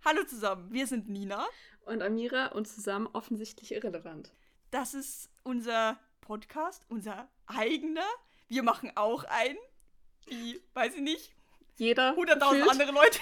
Hallo zusammen, wir sind Nina. Und Amira und zusammen offensichtlich irrelevant. Das ist unser Podcast, unser eigener. Wir machen auch einen, wie, weiß ich nicht, jeder 100.000 andere Leute.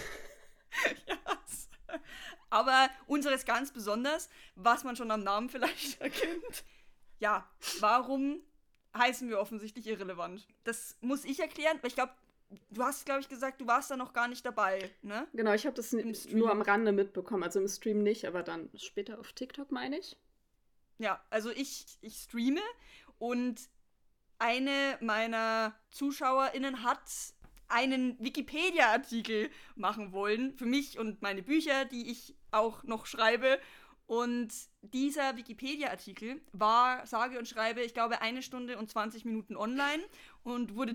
Yes. Aber unseres ganz besonders, was man schon am Namen vielleicht erkennt. Ja, warum heißen wir offensichtlich irrelevant? Das muss ich erklären, weil ich glaube, du hast, glaube ich, gesagt, du warst da noch gar nicht dabei, ne? Genau, ich habe das nur am Rande mitbekommen, also im Stream nicht, aber dann später auf TikTok, meine ich. Ja, also ich streame und eine meiner ZuschauerInnen hat einen Wikipedia-Artikel machen wollen für mich und meine Bücher, die ich auch noch schreibe. Und dieser Wikipedia-Artikel war, sage und schreibe, ich glaube, 1 Stunde und 20 Minuten online und wurde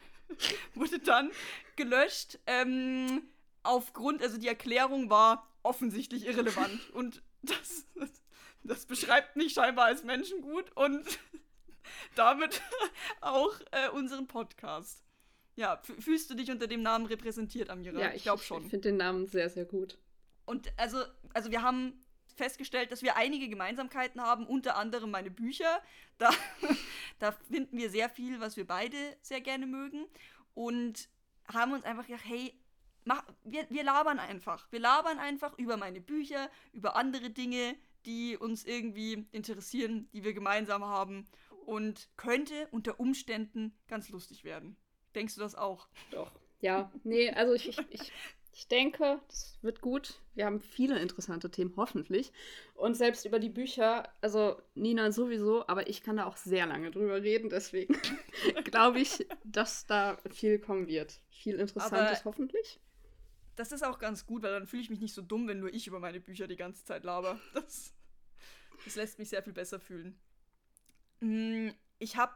dann gelöscht. Aufgrund, also die Erklärung war offensichtlich irrelevant. Und das beschreibt mich scheinbar als Menschen gut und damit auch unseren Podcast. Ja, fühlst du dich unter dem Namen repräsentiert, Amira? Ja, ich glaube schon. Ich finde den Namen sehr, sehr gut. Und also wir haben festgestellt, dass wir einige Gemeinsamkeiten haben, unter anderem meine Bücher. Da finden wir sehr viel, was wir beide sehr gerne mögen. Und haben uns einfach gedacht, hey, wir labern einfach. Wir labern einfach über meine Bücher, über andere Dinge, die uns irgendwie interessieren, die wir gemeinsam haben. Und könnte unter Umständen ganz lustig werden. Denkst du das auch? Doch. Ja, nee, also ich denke, das wird gut. Wir haben viele interessante Themen, hoffentlich. Und selbst über die Bücher, also Nina sowieso, aber ich kann da auch sehr lange drüber reden, deswegen glaube ich, dass da viel kommen wird. Viel Interessantes, aber hoffentlich. Das ist auch ganz gut, weil dann fühle ich mich nicht so dumm, wenn nur ich über meine Bücher die ganze Zeit laber. Das lässt mich sehr viel besser fühlen. Ich habe,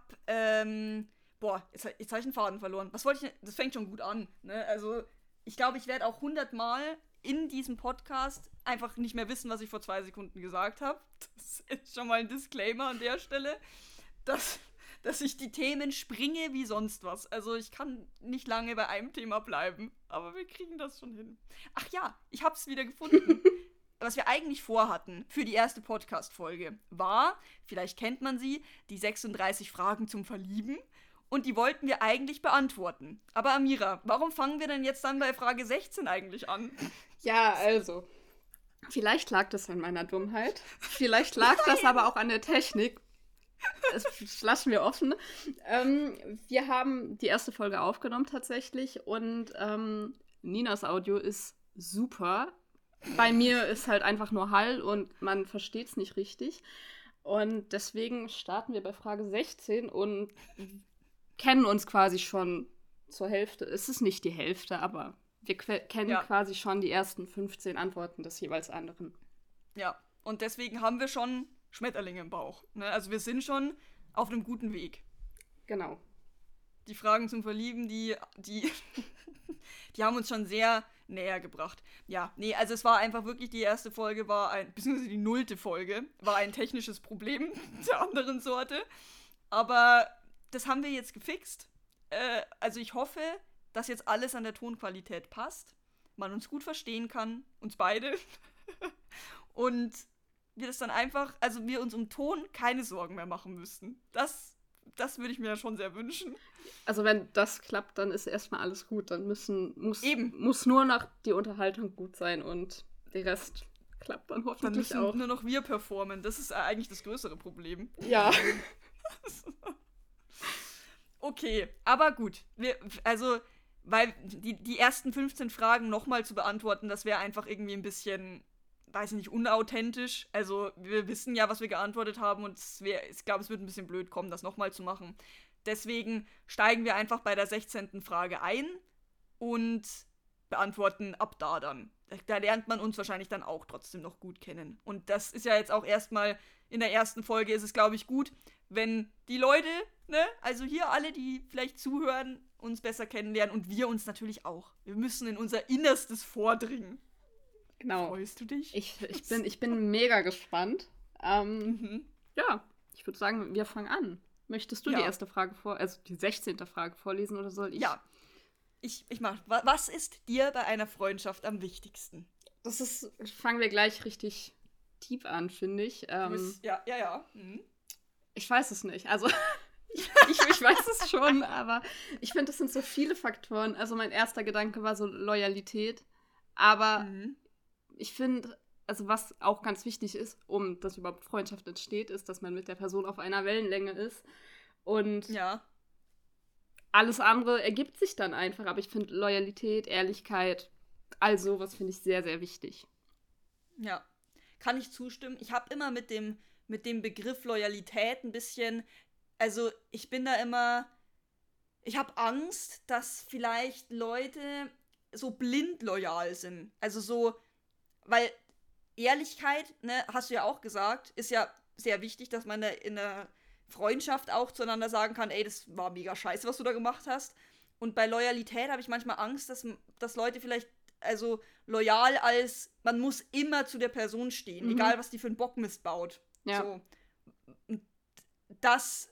jetzt habe ich einen Faden verloren. Was wollte ich denn? Das fängt schon gut an, ne? Also, ich glaube, ich werde auch 100 Mal in diesem Podcast einfach nicht mehr wissen, was ich vor 2 Sekunden gesagt habe. Das ist schon mal ein Disclaimer an der Stelle, dass ich die Themen springe wie sonst was. Also, ich kann nicht lange bei einem Thema bleiben, aber wir kriegen das schon hin. Ach ja, ich habe es wieder gefunden. Was wir eigentlich vorhatten für die erste Podcast-Folge war, vielleicht kennt man sie, die 36 Fragen zum Verlieben. Und die wollten wir eigentlich beantworten. Aber Amira, warum fangen wir denn jetzt dann bei Frage 16 eigentlich an? Ja, also, vielleicht lag das an meiner Dummheit. Vielleicht lag das aber auch an der Technik. Das lassen wir offen. Wir haben die erste Folge aufgenommen tatsächlich und Ninas Audio ist super. Bei mir ist halt einfach nur Hall und man versteht es nicht richtig. Und deswegen starten wir bei Frage 16 und kennen uns quasi schon zur Hälfte. Es ist nicht die Hälfte, aber wir kennen quasi schon die ersten 15 Antworten des jeweils anderen. Ja, und deswegen haben wir schon Schmetterlinge im Bauch. Ne? Also wir sind schon auf einem guten Weg. Genau. Die Fragen zum Verlieben, die haben uns schon sehr näher gebracht. Ja, nee, also es war einfach wirklich, die erste Folge beziehungsweise die 0. Folge, war ein technisches Problem der anderen Sorte. Aber das haben wir jetzt gefixt. Also ich hoffe, dass jetzt alles an der Tonqualität passt, man uns gut verstehen kann, uns beide. Und wir das dann einfach, also wir uns um Ton keine Sorgen mehr machen müssten. Das würde ich mir ja schon sehr wünschen. Also wenn das klappt, dann ist erstmal alles gut. Dann muss nur noch die Unterhaltung gut sein und der Rest klappt dann hoffentlich dann auch. Dann müssen nur noch wir performen. Das ist eigentlich das größere Problem. Ja. Okay, aber gut. Weil die ersten 15 Fragen nochmal zu beantworten, das wäre einfach irgendwie ein bisschen, weiß ich nicht, unauthentisch. Also wir wissen ja, was wir geantwortet haben und ich glaube, es wird ein bisschen blöd kommen, das nochmal zu machen. Deswegen steigen wir einfach bei der 16. Frage ein und beantworten ab da dann. Da lernt man uns wahrscheinlich dann auch trotzdem noch gut kennen. Und das ist ja jetzt auch erstmal, in der ersten Folge ist es, glaube ich, gut, wenn die Leute, ne, also hier alle, die vielleicht zuhören, uns besser kennenlernen und wir uns natürlich auch. Wir müssen in unser Innerstes vordringen. Genau. Freust du dich? Ich bin mega gespannt. Ja, ich würde sagen, wir fangen an. Möchtest du die erste Frage also die 16. Frage vorlesen oder soll ich? Ja, ich mach. Was ist dir bei einer Freundschaft am wichtigsten? fangen wir gleich richtig tief an, finde ich. Ja. Ich weiß es nicht. Also, ich weiß es schon, aber ich finde, es sind so viele Faktoren. Also, mein erster Gedanke war so Loyalität. Aber ich finde, also was auch ganz wichtig ist, um dass überhaupt Freundschaft entsteht, ist, dass man mit der Person auf einer Wellenlänge ist. Und alles andere ergibt sich dann einfach. Aber ich finde Loyalität, Ehrlichkeit, all sowas finde ich sehr, sehr wichtig. Ja, kann ich zustimmen. Ich habe immer mit dem Begriff Loyalität ein bisschen, also ich bin da immer, ich habe Angst, dass vielleicht Leute so blind loyal sind. Also so, weil Ehrlichkeit, ne, hast du ja auch gesagt, ist ja sehr wichtig, dass man da in der Freundschaft auch zueinander sagen kann, ey, das war mega scheiße, was du da gemacht hast. Und bei Loyalität habe ich manchmal Angst, dass Leute vielleicht, also loyal als, man muss immer zu der Person stehen, egal was die für einen Bockmist baut. Ja. So. Und das,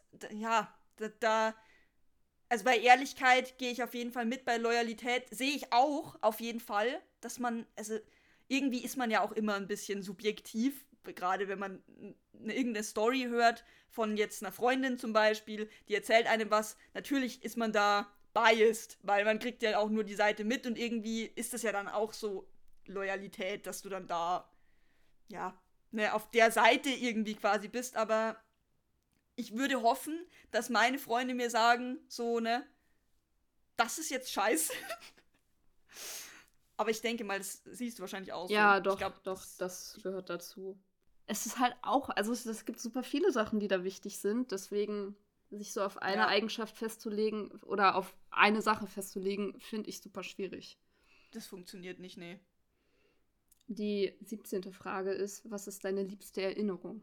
also bei Ehrlichkeit gehe ich auf jeden Fall mit, bei Loyalität sehe ich auch auf jeden Fall, dass man, also irgendwie ist man ja auch immer ein bisschen subjektiv, gerade wenn man irgendeine Story hört von jetzt einer Freundin zum Beispiel, die erzählt einem was, natürlich ist man da biased, weil man kriegt ja auch nur die Seite mit und irgendwie ist das ja dann auch so Loyalität, dass du dann da, ja, ne, auf der Seite irgendwie quasi bist, aber ich würde hoffen, dass meine Freunde mir sagen, so, ne, das ist jetzt scheiße. Aber ich denke mal, das siehst du wahrscheinlich auch so. Ja, doch, das gehört dazu. Es ist halt auch, also es gibt super viele Sachen, die da wichtig sind, deswegen sich so auf eine Eigenschaft festzulegen oder auf eine Sache festzulegen, finde ich super schwierig. Das funktioniert nicht, nee. Die 17. Frage ist, was ist deine liebste Erinnerung?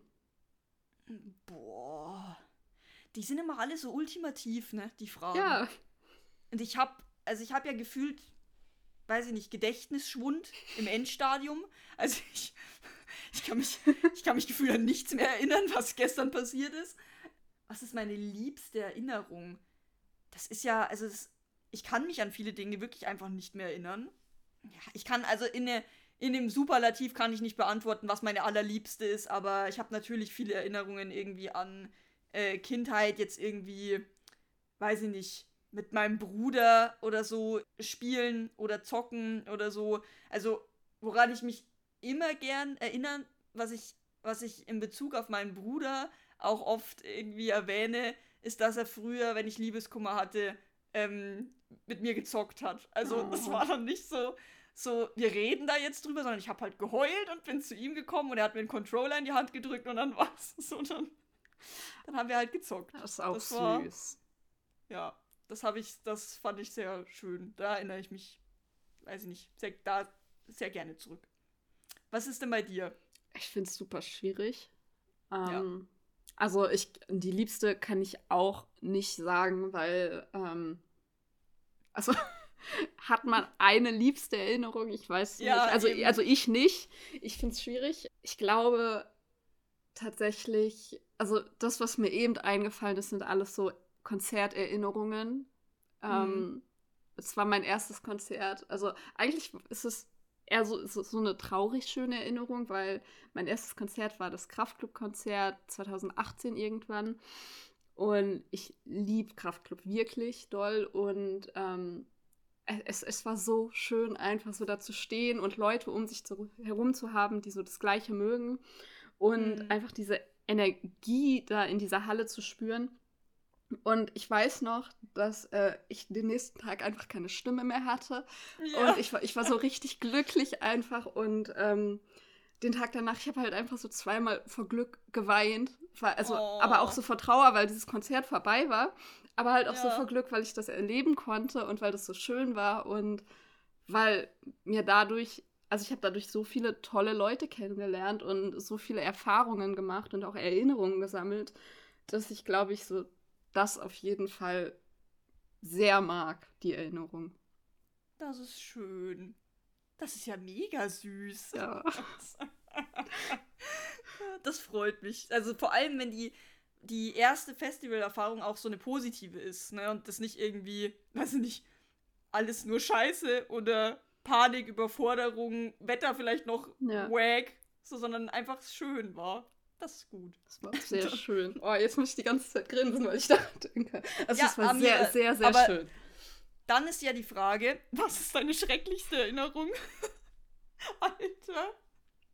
Boah. Die sind immer alle so ultimativ, ne, die Fragen. Ja. Und ich hab ja gefühlt, weiß ich nicht, Gedächtnisschwund im Endstadium. Also ich kann mich gefühlt an nichts mehr erinnern, was gestern passiert ist. Was ist meine liebste Erinnerung? Das ist ja, also ich kann mich an viele Dinge wirklich einfach nicht mehr erinnern. Ja, ich kann, also in dem Superlativ kann ich nicht beantworten, was meine allerliebste ist, aber ich habe natürlich viele Erinnerungen irgendwie an Kindheit, jetzt irgendwie, weiß ich nicht, mit meinem Bruder oder so spielen oder zocken oder so. Also, woran ich mich immer gern erinnern, was ich in Bezug auf meinen Bruder auch oft irgendwie erwähne, ist, dass er früher, wenn ich Liebeskummer hatte, mit mir gezockt hat. Also, das war dann nicht so, wir reden da jetzt drüber, sondern ich habe halt geheult und bin zu ihm gekommen und er hat mir einen Controller in die Hand gedrückt und dann war's so, dann haben wir halt gezockt. Das ist auch süß. Ja, das fand ich sehr schön. Da erinnere ich mich, weiß ich nicht, sehr gerne zurück. Was ist denn bei dir? Ich finde es super schwierig. Also die liebste kann ich auch nicht sagen, weil, also hat man eine liebste Erinnerung? Ich weiß nicht. Also ich nicht. Ich finde es schwierig. Ich glaube tatsächlich, also das, was mir eben eingefallen ist, sind alles so Konzerterinnerungen. Es war mein erstes Konzert. Also eigentlich ist es eher so eine traurig schöne Erinnerung, weil mein erstes Konzert war das Kraftklub-Konzert 2018 irgendwann. Und ich liebe Kraftklub wirklich doll. Und es war so schön, einfach so da zu stehen und Leute um sich herum zu haben, die so das Gleiche mögen. Und einfach diese Energie da in dieser Halle zu spüren. Und ich weiß noch, dass ich den nächsten Tag einfach keine Stimme mehr hatte. Ja. Und ich war so richtig glücklich einfach. Und den Tag danach, ich habe halt einfach so zweimal vor Glück geweint. Aber auch so vor Trauer, weil dieses Konzert vorbei war. Aber halt auch so vor Glück, weil ich das erleben konnte und weil das so schön war. Und weil mir dadurch, also ich habe dadurch so viele tolle Leute kennengelernt und so viele Erfahrungen gemacht und auch Erinnerungen gesammelt, dass ich, glaube ich, so das auf jeden Fall sehr mag, die Erinnerung. Das ist schön. Das ist ja mega süß. Ja. Das freut mich. Also vor allem, wenn die erste Festivalerfahrung auch so eine positive ist, ne? Und das nicht irgendwie, weiß ich nicht, alles nur Scheiße oder Panik, Überforderung, Wetter vielleicht noch Ja. wack, so, sondern einfach schön war. Das ist gut. Das war sehr schön. Oh, jetzt muss ich die ganze Zeit grinsen, weil ich daran denke. Also Ja, das war Amira, sehr, sehr, sehr aber schön. Dann ist ja die Frage, was ist deine schrecklichste Erinnerung? Alter.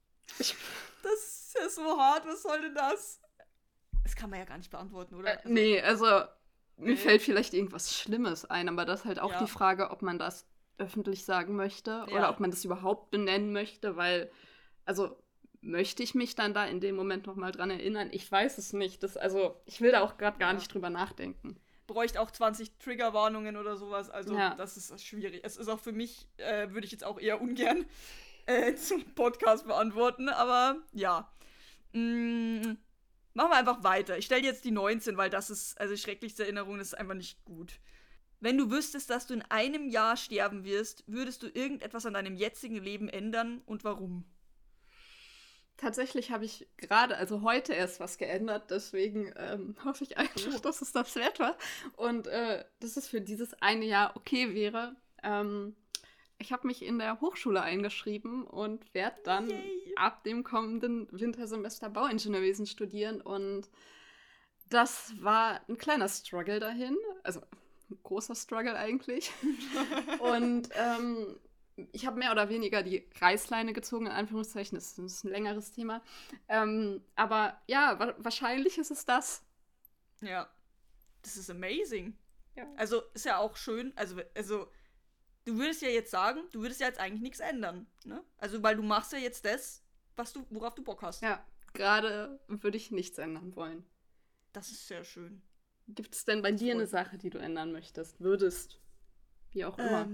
Das ist ja so hart, was soll denn das? Das kann man ja gar nicht beantworten, oder? Nee, also mir fällt vielleicht irgendwas Schlimmes ein, aber das ist halt auch Ja. die Frage, ob man das öffentlich sagen möchte oder ob man das überhaupt benennen möchte, weil, also möchte ich mich dann da in dem Moment nochmal dran erinnern? Ich weiß es nicht. Ich will da auch gerade gar nicht drüber nachdenken. Bräuchte auch 20 Triggerwarnungen oder sowas, also Ja. das ist schwierig. Es ist auch für mich, würde ich jetzt auch eher ungern zum Podcast beantworten, aber ja. Machen wir einfach weiter. Ich stelle jetzt die 19, weil das ist, also die schrecklichste Erinnerung, das ist einfach nicht gut. Wenn du wüsstest, dass du in einem Jahr sterben wirst, würdest du irgendetwas an deinem jetzigen Leben ändern und warum? Tatsächlich habe ich gerade, also heute erst was geändert, deswegen hoffe ich einfach, dass es das wert war und dass es für dieses eine Jahr okay wäre. Ich habe mich in der Hochschule eingeschrieben und werde dann ab dem kommenden Wintersemester Bauingenieurwesen studieren und das war ein kleiner Struggle dahin, also ein großer Struggle eigentlich. Und ich habe mehr oder weniger die Reißleine gezogen, in Anführungszeichen. Das ist ein längeres Thema. Aber ja, wahrscheinlich ist es das. Ja, das ist amazing. Ja. Also, ist ja auch schön. Also, du würdest ja jetzt sagen, du würdest ja jetzt eigentlich nichts ändern. Ne? Also, weil du machst ja jetzt das, worauf du Bock hast. Ja, gerade würde ich nichts ändern wollen. Das ist sehr schön. Gibt es denn bei dir eine Sache, die du ändern möchtest? Würdest? Wie auch immer.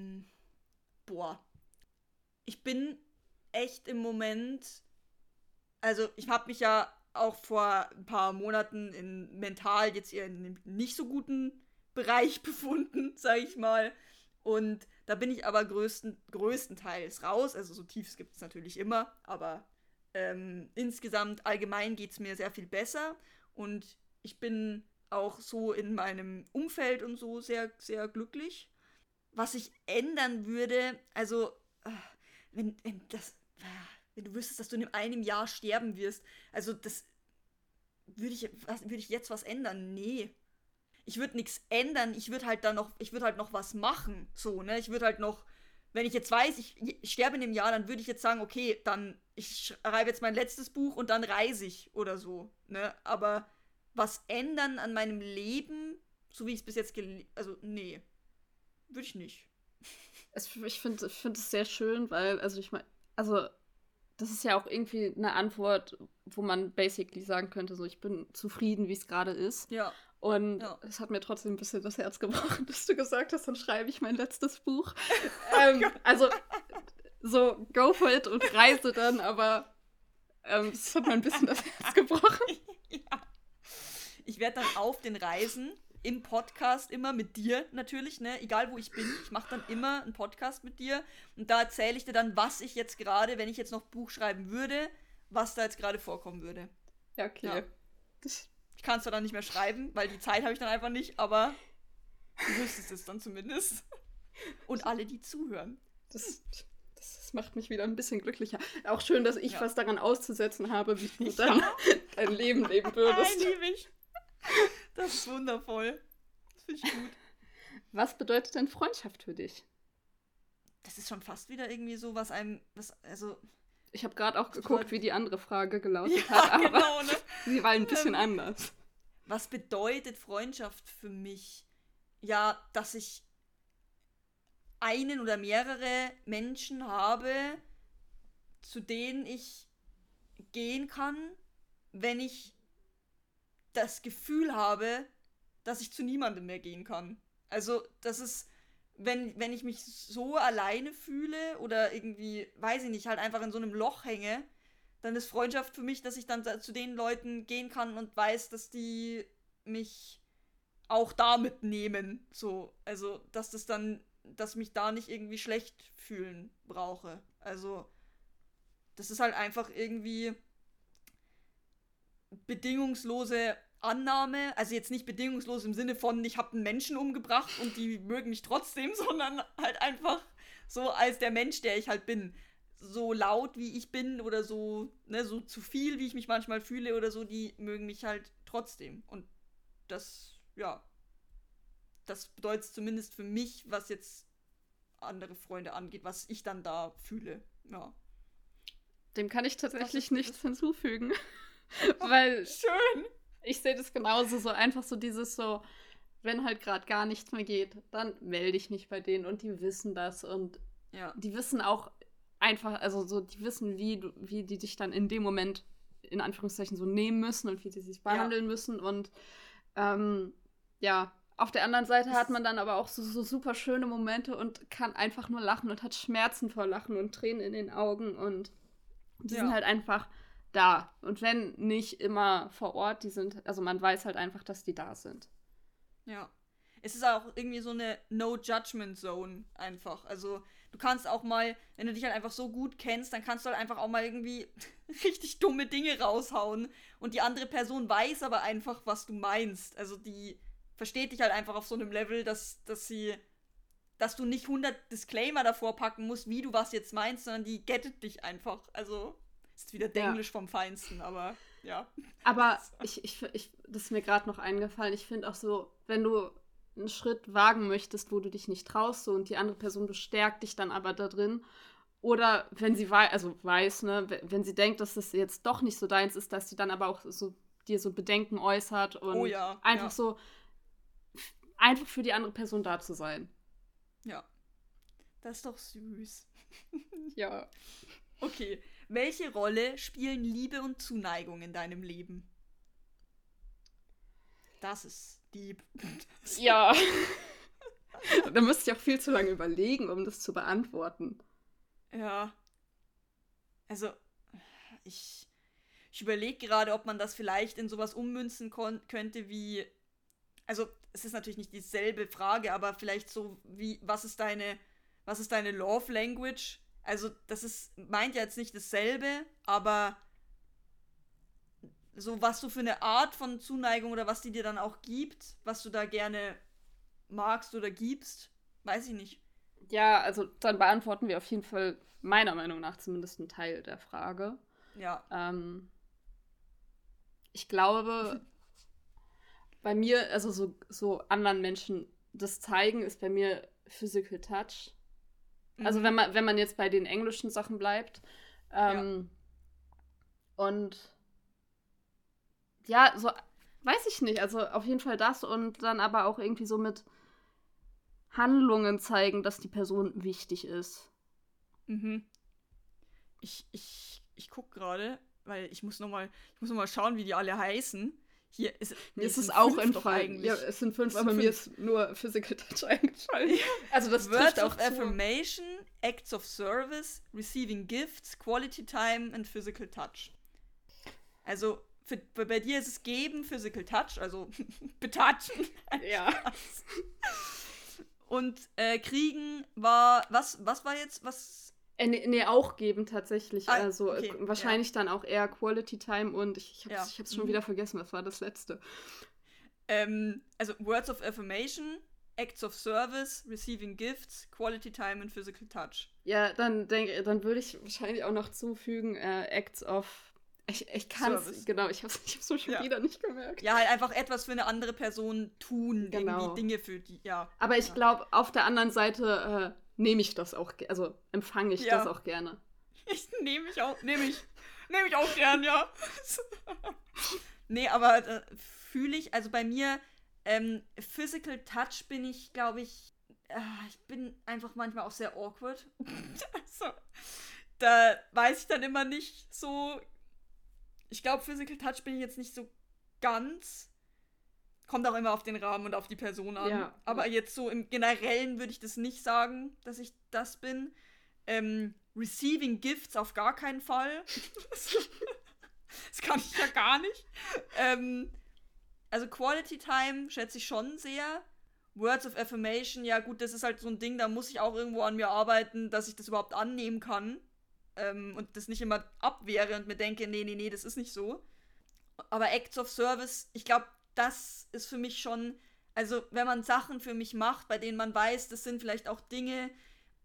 Boah. Ich bin echt im Moment. Also, ich habe mich ja auch vor ein paar Monaten mental jetzt eher in einem nicht so guten Bereich befunden, sage ich mal. Und da bin ich aber größtenteils raus. Also, so Tiefs gibt es natürlich immer, aber insgesamt allgemein geht es mir sehr viel besser. Und ich bin auch so in meinem Umfeld und so sehr, sehr glücklich. Was ich ändern würde, also, wenn du wüsstest, dass du in einem Jahr sterben wirst, also das würde ich jetzt was ändern? Nee. Ich würde nichts ändern, ich würde halt noch was machen, so, ne? Ich würde halt noch, wenn ich jetzt weiß, ich sterbe in dem Jahr, dann würde ich jetzt sagen, okay, dann, ich schreibe jetzt mein letztes Buch und dann reise ich oder so, ne? Aber was ändern an meinem Leben, so wie ich es bis jetzt nee. Würde ich nicht. Ich finde es sehr schön, weil, also ich meine, also das ist ja auch irgendwie eine Antwort, wo man basically sagen könnte, so ich bin zufrieden, wie es gerade ist. Ja. Und es hat mir trotzdem ein bisschen das Herz gebrochen, dass du gesagt hast, dann schreibe ich mein letztes Buch. Also so, go for it und reise dann, aber es hat mir ein bisschen das Herz gebrochen. Ja. Ich werde dann auf den Reisen im Podcast immer mit dir natürlich, ne, egal wo ich bin, ich mache dann immer einen Podcast mit dir und da erzähle ich dir dann, was ich jetzt gerade, wenn ich jetzt noch Buch schreiben würde, was da jetzt gerade vorkommen würde. Ja, okay. Ja. Ich kann es zwar dann nicht mehr schreiben, weil die Zeit habe ich dann einfach nicht, aber du wüsstest es dann zumindest. Und alle, die zuhören. Das macht mich wieder ein bisschen glücklicher. Auch schön, dass ich was daran auszusetzen habe, wie du dann dein Leben leben würdest. Liebe ich. Das ist wundervoll. Das finde ich gut. Was bedeutet denn Freundschaft für dich? Das ist schon fast wieder irgendwie so, also... Ich habe gerade auch geguckt, wie die andere Frage gelautet hat, aber genau, ne? Sie war ein bisschen anders. Was bedeutet Freundschaft für mich? Ja, dass ich einen oder mehrere Menschen habe, zu denen ich gehen kann, wenn ich das Gefühl habe, dass ich zu niemandem mehr gehen kann. Also, das ist, wenn ich mich so alleine fühle oder irgendwie, weiß ich nicht, halt einfach in so einem Loch hänge, dann ist Freundschaft für mich, dass ich dann zu den Leuten gehen kann und weiß, dass die mich auch da mitnehmen. So, also, dass mich da nicht irgendwie schlecht fühlen brauche. Also, das ist halt einfach irgendwie bedingungslose Annahme, also jetzt nicht bedingungslos im Sinne von, ich habe einen Menschen umgebracht und die mögen mich trotzdem, sondern halt einfach so als der Mensch, der ich halt bin. So laut, wie ich bin oder so, ne, so zu viel, wie ich mich manchmal fühle oder so, die mögen mich halt trotzdem. Und das, ja, das bedeutet zumindest für mich, was jetzt andere Freunde angeht, was ich dann da fühle. Ja. Dem kann ich tatsächlich nichts hinzufügen. Weil Schön. ich sehe das genauso, so einfach so dieses so, wenn halt gerade gar nichts mehr geht, dann melde ich mich bei denen und die wissen das und Ja. die wissen auch einfach, also so, die wissen, wie die dich dann in dem Moment in Anführungszeichen so nehmen müssen und wie die sich behandeln müssen und ja, auf der anderen Seite hat man dann aber auch so super schöne Momente und kann einfach nur lachen und hat Schmerzen vor Lachen und Tränen in den Augen und die sind halt einfach da. Und wenn nicht immer vor Ort, die sind, also man weiß halt einfach, dass die da sind. Ja. Es ist auch irgendwie so eine No-Judgment-Zone einfach. Also du kannst auch mal, wenn du dich halt einfach so gut kennst, dann kannst du halt einfach auch mal irgendwie richtig dumme Dinge raushauen. Und die andere Person weiß aber einfach, was du meinst. Also die versteht dich halt einfach auf so einem Level, dass du nicht 100 Disclaimer davor packen musst, wie du was jetzt meinst, sondern die gettet dich einfach. Also ist wieder Denglisch vom Feinsten, aber ja. Aber das ist mir gerade noch eingefallen, ich finde auch so, wenn du einen Schritt wagen möchtest, wo du dich nicht traust, so, und die andere Person bestärkt dich dann aber da drin, oder wenn sie weiß, ne, wenn sie denkt, dass das jetzt doch nicht so deins ist, dass sie dann aber auch so dir so Bedenken äußert und einfach so einfach für die andere Person da zu sein. Ja. Das ist doch süß. Ja. Okay. Welche Rolle spielen Liebe und Zuneigung in deinem Leben? Das ist deep. Ja. Da müsste ich auch viel zu lange überlegen, um das zu beantworten. Ja. Also, ich überlege gerade, ob man das vielleicht in sowas ummünzen könnte wie. Also, es ist natürlich nicht dieselbe Frage, aber vielleicht so wie, was ist deine Love Language? Also, meint ja jetzt nicht dasselbe, aber so, was du für eine Art von Zuneigung oder was die dir dann auch gibt, was du da gerne magst oder gibst, weiß ich nicht. Ja, also dann beantworten wir auf jeden Fall meiner Meinung nach zumindest einen Teil der Frage. Ja. Ich glaube, bei mir, also so anderen Menschen das zeigen, ist bei mir Physical Touch. Also wenn man jetzt bei den englischen Sachen bleibt. Und ja, so, weiß ich nicht, also auf jeden Fall das und dann aber auch irgendwie so mit Handlungen zeigen, dass die Person wichtig ist. Mhm. Ich gucke gerade, weil ich muss noch mal schauen, wie die alle heißen. Hier ist mir ist es auch entfallen. Ja, es sind 5, aber mir ist nur Physical Touch eingefallen. Ja. Also das Words of Affirmation, Acts of Service, Receiving Gifts, Quality Time and Physical Touch. Also bei dir ist es geben, Physical Touch, also betatschen. Ja. Und kriegen war, was war jetzt, was? Nee, auch geben tatsächlich. Also okay, wahrscheinlich dann auch eher Quality Time und ich hab's schon wieder vergessen, was war das letzte? Also Words of Affirmation, Acts of Service, Receiving Gifts, Quality Time and Physical Touch. Ja, dann würde ich wahrscheinlich auch noch zufügen, Acts of ich kann's, Service. Genau, ich hab's so schon wieder nicht gemerkt. Ja, halt einfach etwas für eine andere Person tun, irgendwie Dinge für die, ja. Aber ich glaube, auf der anderen Seite nehme ich das auch, also empfange ich das auch gerne. Nehme ich auch gern, ja. Nee, aber fühle ich, also bei mir, Physical Touch bin ich, glaube ich, ich bin einfach manchmal auch sehr awkward. Also, da weiß ich dann immer nicht so. Ich glaube, Physical Touch bin ich jetzt nicht so ganz. Kommt auch immer auf den Rahmen und auf die Person an. Ja. Aber jetzt so im Generellen würde ich das nicht sagen, dass ich das bin. Receiving Gifts auf gar keinen Fall. Das kann ich ja gar nicht. Also Quality Time schätze ich schon sehr. Words of Affirmation, ja gut, das ist halt so ein Ding, da muss ich auch irgendwo an mir arbeiten, dass ich das überhaupt annehmen kann. Und das nicht immer abwehre und mir denke, nee, das ist nicht so. Aber Acts of Service, ich glaube, das ist für mich schon, also wenn man Sachen für mich macht, bei denen man weiß, das sind vielleicht auch Dinge,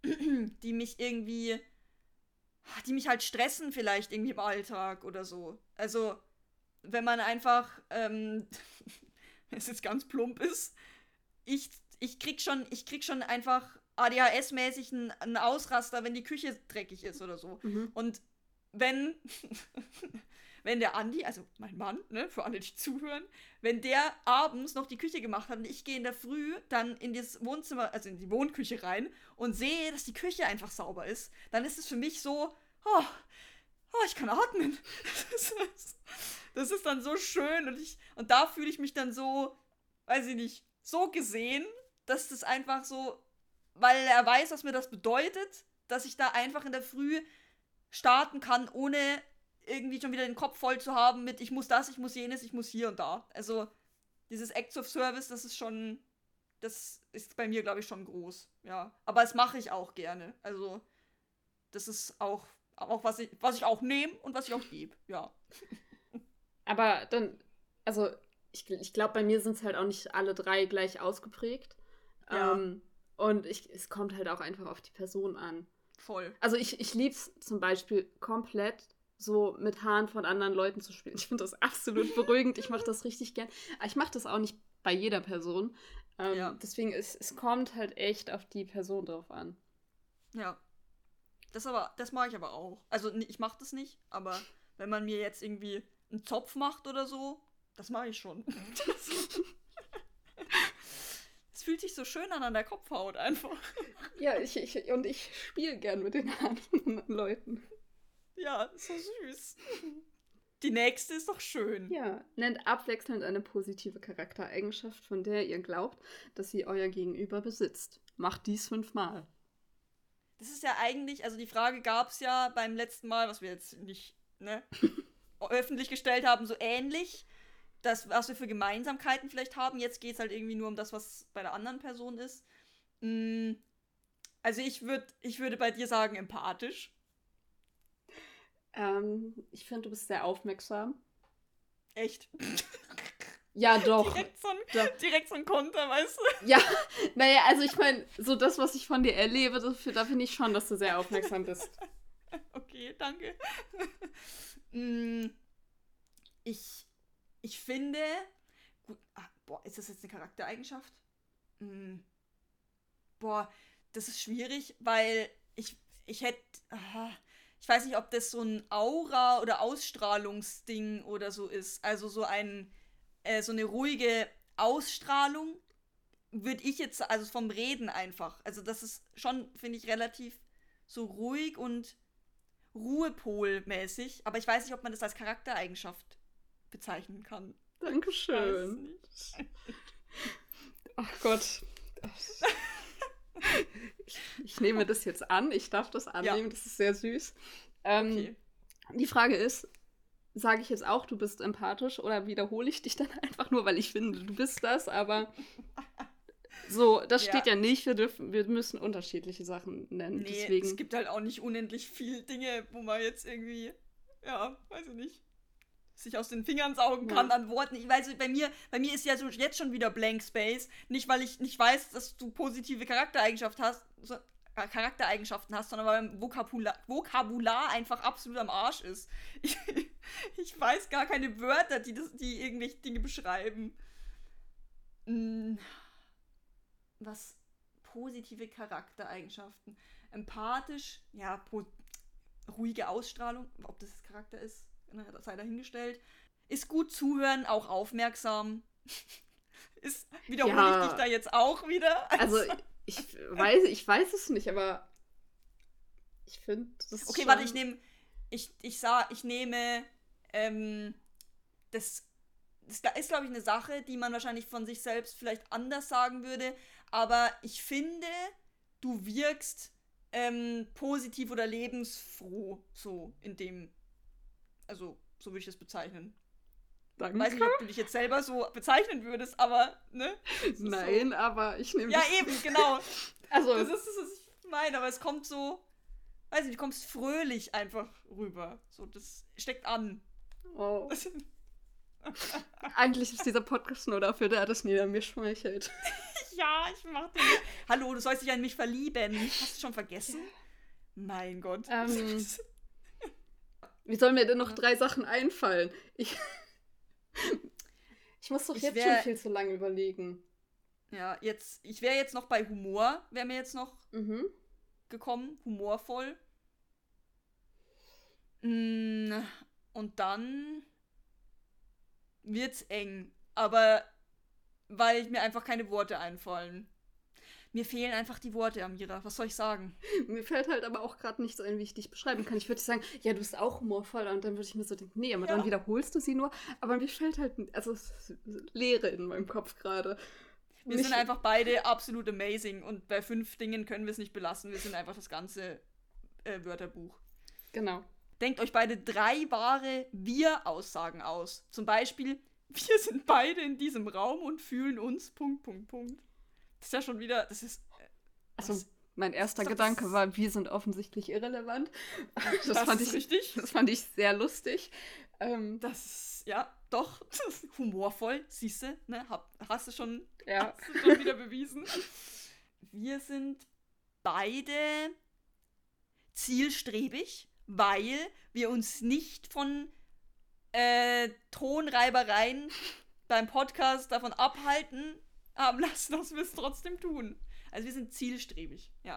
die mich irgendwie, die mich halt stressen vielleicht irgendwie im Alltag oder so. Also, wenn man einfach, wenn es jetzt ganz plump ist, ich krieg schon einfach ADHS-mäßig einen Ausraster, wenn die Küche dreckig ist oder so. Und wenn, wenn der Andi, also mein Mann, ne, für alle, die zuhören, wenn der abends noch die Küche gemacht hat und ich gehe in der Früh dann in das Wohnzimmer, also in die Wohnküche rein und sehe, dass die Küche einfach sauber ist, dann ist es für mich so, ich kann atmen. Das ist dann so schön und da fühle ich mich dann so, weiß ich nicht, so gesehen, dass das einfach so, weil er weiß, was mir das bedeutet, dass ich da einfach in der Früh starten kann, ohne irgendwie schon wieder den Kopf voll zu haben mit ich muss das, ich muss jenes, ich muss hier und da. Also dieses Acts of Service, das ist bei mir, glaube ich, schon groß. Ja, aber das mache ich auch gerne. Also das ist auch was ich auch nehme und was ich auch gebe, ja. Aber dann, also ich glaube, bei mir sind es halt auch nicht alle drei gleich ausgeprägt. Ja. Und es kommt halt auch einfach auf die Person an. Voll. Also ich liebe es zum Beispiel komplett, so mit Haaren von anderen Leuten zu spielen. Ich finde das absolut beruhigend. Ich mache das richtig gern. Aber ich mache das auch nicht bei jeder Person. Deswegen, es kommt halt echt auf die Person drauf an. Ja. Das mache ich aber auch. Also ich mache das nicht, aber wenn man mir jetzt irgendwie einen Zopf macht oder so, das mache ich schon. Es fühlt sich so schön an der Kopfhaut einfach. Ja, ich spiele gern mit den Haaren von anderen Leuten. Ja, so süß. Die nächste ist doch schön. Ja, nennt abwechselnd eine positive Charaktereigenschaft, von der ihr glaubt, dass sie euer Gegenüber besitzt. Macht dies 5-mal. Das ist ja eigentlich, also die Frage gab es ja beim letzten Mal, was wir jetzt nicht, öffentlich gestellt haben, so ähnlich. Das, was wir für Gemeinsamkeiten vielleicht haben. Jetzt geht es halt irgendwie nur um das, was bei der anderen Person ist. Also ich würde bei dir sagen, empathisch. Ich finde, du bist sehr aufmerksam. Echt? Ja, doch. Direkt so ein Konter, weißt du? Ja, naja, also ich meine, so das, was ich von dir erlebe, da finde ich schon, dass du sehr aufmerksam bist. Okay, danke. Ich finde, gut, ist das jetzt eine Charaktereigenschaft? Das ist schwierig, weil ich hätte, ich weiß nicht, ob das so ein Aura- oder Ausstrahlungsding oder so ist. Also so eine ruhige Ausstrahlung würde ich jetzt, also vom Reden einfach. Also das ist schon, finde ich, relativ so ruhig und Ruhepol-mäßig. Aber ich weiß nicht, ob man das als Charaktereigenschaft bezeichnen kann. Dankeschön. Ach Gott. Ich nehme das jetzt an. Ich darf das annehmen. Ja. Das ist sehr süß. Okay. Die Frage ist, sage ich jetzt auch, du bist empathisch oder wiederhole ich dich dann einfach nur, weil ich finde, du bist das, aber so, das steht ja nicht. Wir müssen unterschiedliche Sachen nennen. Nee, deswegen. Es gibt halt auch nicht unendlich viele Dinge, wo man jetzt irgendwie, weiß ich nicht, sich aus den Fingern saugen kann an Worten. Ich weiß, bei mir ist ja so jetzt schon wieder Blank Space. Nicht, weil ich nicht weiß, dass du positive Charaktereigenschaften hast, sondern weil mein Vokabular einfach absolut am Arsch ist. Ich weiß gar keine Wörter, die irgendwelche Dinge beschreiben. Was positive Charaktereigenschaften? Empathisch, ja, ruhige Ausstrahlung, ob das Charakter ist, sei dahingestellt. Ist gut zuhören, auch aufmerksam. Wiederhole ich dich da jetzt auch wieder? Also ich weiß es nicht, aber ich finde das okay, warte, ich nehme das ist, glaube ich, eine Sache, die man wahrscheinlich von sich selbst vielleicht anders sagen würde, aber ich finde, du wirkst positiv oder lebensfroh, so in dem, also so würde ich es bezeichnen. Danke. Ich weiß nicht, ob du dich jetzt selber so bezeichnen würdest, aber, ne? Nein, so. Aber ich nehme das. Ja, eben, genau. Also. Das ist das, was ich meine, aber es kommt so, weiß nicht, du kommst fröhlich einfach rüber. So, das steckt an. Oh. Eigentlich ist dieser Podcast nur dafür da, dass Nina mir schmeichelt. Ja, ich mach den. Hallo, du sollst dich an mich verlieben. Hast du schon vergessen? Mein Gott. Wie sollen mir denn noch 3 Sachen einfallen? Ich muss doch jetzt schon viel zu lange überlegen. Ja, ich wäre jetzt noch bei Humor, wäre mir jetzt noch gekommen. Humorvoll. Und dann wird's eng. Aber weil mir einfach keine Worte einfallen. Mir fehlen einfach die Worte, Amira. Was soll ich sagen? Mir fällt halt aber auch gerade nichts ein, wie ich dich beschreiben kann. Ich würde sagen, ja, du bist auch humorvoll. Und dann würde ich mir so denken, nee, aber dann wiederholst du sie nur. Aber mir fällt halt, also es ist Leere in meinem Kopf gerade. Wir sind einfach beide absolut amazing. Und bei 5 Dingen können wir es nicht belassen. Wir sind einfach das ganze Wörterbuch. Genau. Denkt euch beide 3 wahre Wir-Aussagen aus. Zum Beispiel, wir sind beide in diesem Raum und fühlen uns... Das ist ja schon wieder, Also, mein erster Gedanke war, wir sind offensichtlich irrelevant. Das fand ich richtig. Das fand ich sehr lustig. Ja, doch, humorvoll, siehste, ne, hast du schon wieder bewiesen. Wir sind beide zielstrebig, weil wir uns nicht von Tonreibereien beim Podcast davon abhalten haben lassen, dass wir es trotzdem tun. Also wir sind zielstrebig, ja.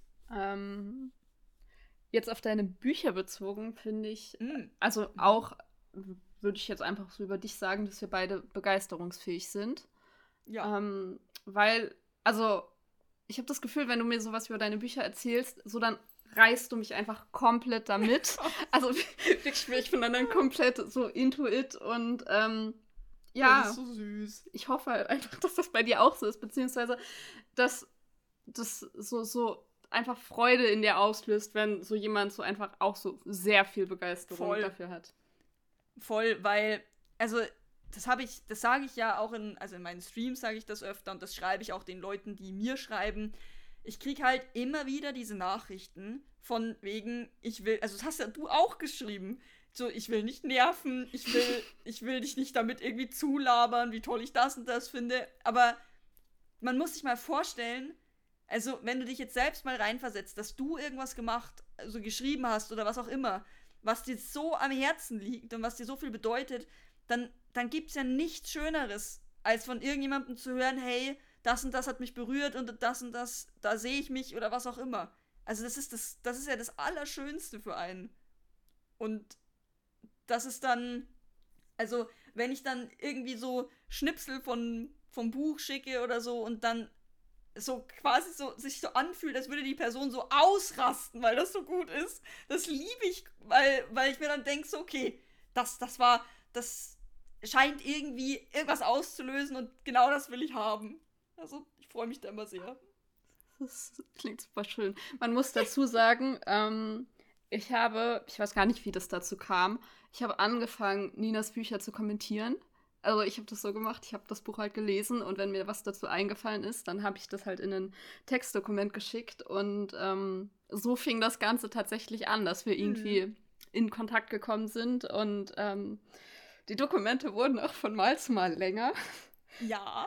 Jetzt auf deine Bücher bezogen, finde ich, also auch würde ich jetzt einfach so über dich sagen, dass wir beide begeisterungsfähig sind. Ja. Weil, also, ich habe das Gefühl, wenn du mir sowas über deine Bücher erzählst, so dann reißt du mich einfach komplett damit. Also wirklich, ich bin dann komplett so into it und ja, das ist so süß. Ich hoffe halt einfach, dass das bei dir auch so ist, beziehungsweise, dass das so einfach Freude in dir auslöst, wenn so jemand so einfach auch so sehr viel Begeisterung dafür hat. Voll, weil, also, das sage ich ja auch in meinen Streams sage ich das öfter und das schreibe ich auch den Leuten, die mir schreiben. Ich kriege halt immer wieder diese Nachrichten von wegen, also das hast ja du auch geschrieben, so, ich will nicht nerven, ich will dich nicht damit irgendwie zulabern, wie toll ich das und das finde, aber man muss sich mal vorstellen, also wenn du dich jetzt selbst mal reinversetzt, dass du irgendwas gemacht, also geschrieben hast oder was auch immer, was dir so am Herzen liegt und was dir so viel bedeutet, dann gibt's ja nichts Schöneres, als von irgendjemandem zu hören, hey, das und das hat mich berührt und das, da sehe ich mich oder was auch immer. Also das ist ja das Allerschönste für einen. Und das ist dann, also wenn ich dann irgendwie so Schnipsel vom Buch schicke oder so und dann so quasi so sich so anfühlt, als würde die Person so ausrasten, weil das so gut ist, das liebe ich, weil ich mir dann denke, so okay, das scheint irgendwie irgendwas auszulösen und genau das will ich haben. Also ich freue mich da immer sehr. Das klingt super schön. Man muss dazu sagen, ich weiß gar nicht, wie das dazu kam, ich habe angefangen, Ninas Bücher zu kommentieren. Also ich habe das so gemacht, ich habe das Buch halt gelesen und wenn mir was dazu eingefallen ist, dann habe ich das halt in ein Textdokument geschickt und so fing das Ganze tatsächlich an, dass wir irgendwie in Kontakt gekommen sind und die Dokumente wurden auch von Mal zu Mal länger. Ja.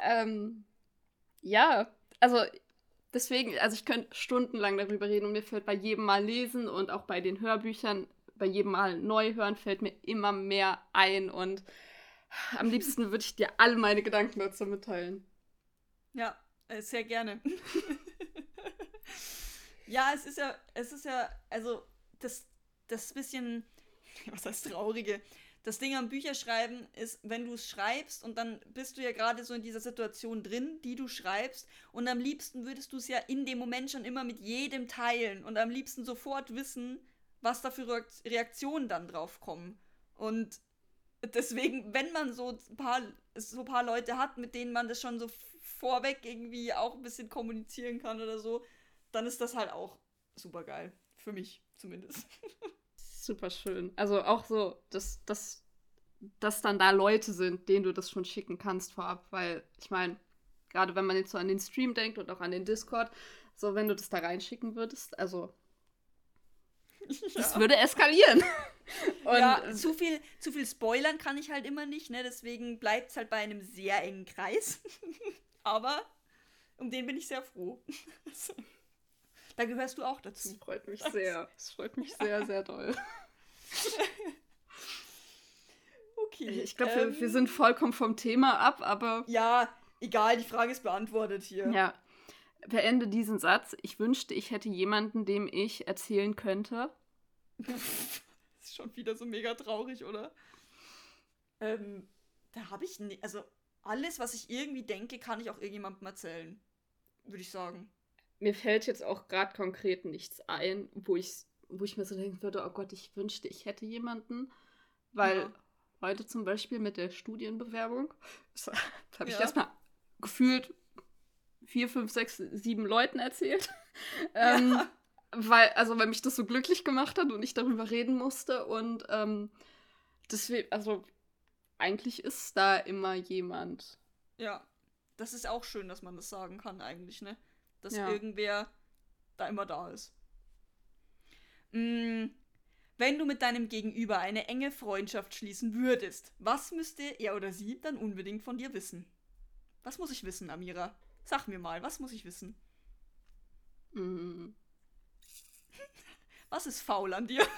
Ja, also deswegen, also ich könnte stundenlang darüber reden und mir fällt bei jedem Mal lesen und auch bei den Hörbüchern, bei jedem Mal neu hören, fällt mir immer mehr ein und am liebsten würde ich dir alle meine Gedanken dazu mitteilen. Ja, sehr gerne. Ja, es ist ja, also das bisschen, was heißt Traurige, das Ding am Bücherschreiben ist, wenn du es schreibst und dann bist du ja gerade so in dieser Situation drin, die du schreibst und am liebsten würdest du es ja in dem Moment schon immer mit jedem teilen und am liebsten sofort wissen, was da für Reaktionen dann drauf kommen. Und deswegen, wenn man so ein paar Leute hat, mit denen man das schon so vorweg irgendwie auch ein bisschen kommunizieren kann oder so, dann ist das halt auch super geil. Für mich zumindest. Super schön. Also auch so, dass dann da Leute sind, denen du das schon schicken kannst vorab, weil ich meine, gerade wenn man jetzt so an den Stream denkt und auch an den Discord, so wenn du das da reinschicken würdest, also das würde eskalieren. Und ja, zu viel spoilern kann ich halt immer nicht, ne? Deswegen bleibt es halt bei einem sehr engen Kreis. Aber um den bin ich sehr froh. Da gehörst du auch dazu. Das freut mich sehr. Das freut mich sehr, sehr doll. Okay. Ich glaube, wir sind vollkommen vom Thema ab, aber... Ja, egal, die Frage ist beantwortet hier. Ja. Beende diesen Satz. Ich wünschte, ich hätte jemanden, dem ich erzählen könnte. Das ist schon wieder so mega traurig, oder? Da habe ich nicht... Also, alles, was ich irgendwie denke, kann ich auch irgendjemandem erzählen. Würde ich sagen. Mir fällt jetzt auch gerade konkret nichts ein, wo ich mir so denken würde, oh Gott, ich wünschte, ich hätte jemanden. Weil heute zum Beispiel mit der Studienbewerbung, das habe ich erstmal gefühlt 4, 5, 6, 7 Leuten erzählt. Weil mich das so glücklich gemacht hat und ich darüber reden musste. Und deswegen, also eigentlich ist da immer jemand. Ja, das ist auch schön, dass man das sagen kann eigentlich, ne? Dass irgendwer da immer da ist. Wenn du mit deinem Gegenüber eine enge Freundschaft schließen würdest, was müsste er oder sie dann unbedingt von dir wissen? Was muss ich wissen, Amira? Sag mir mal, was muss ich wissen? Was ist faul an dir?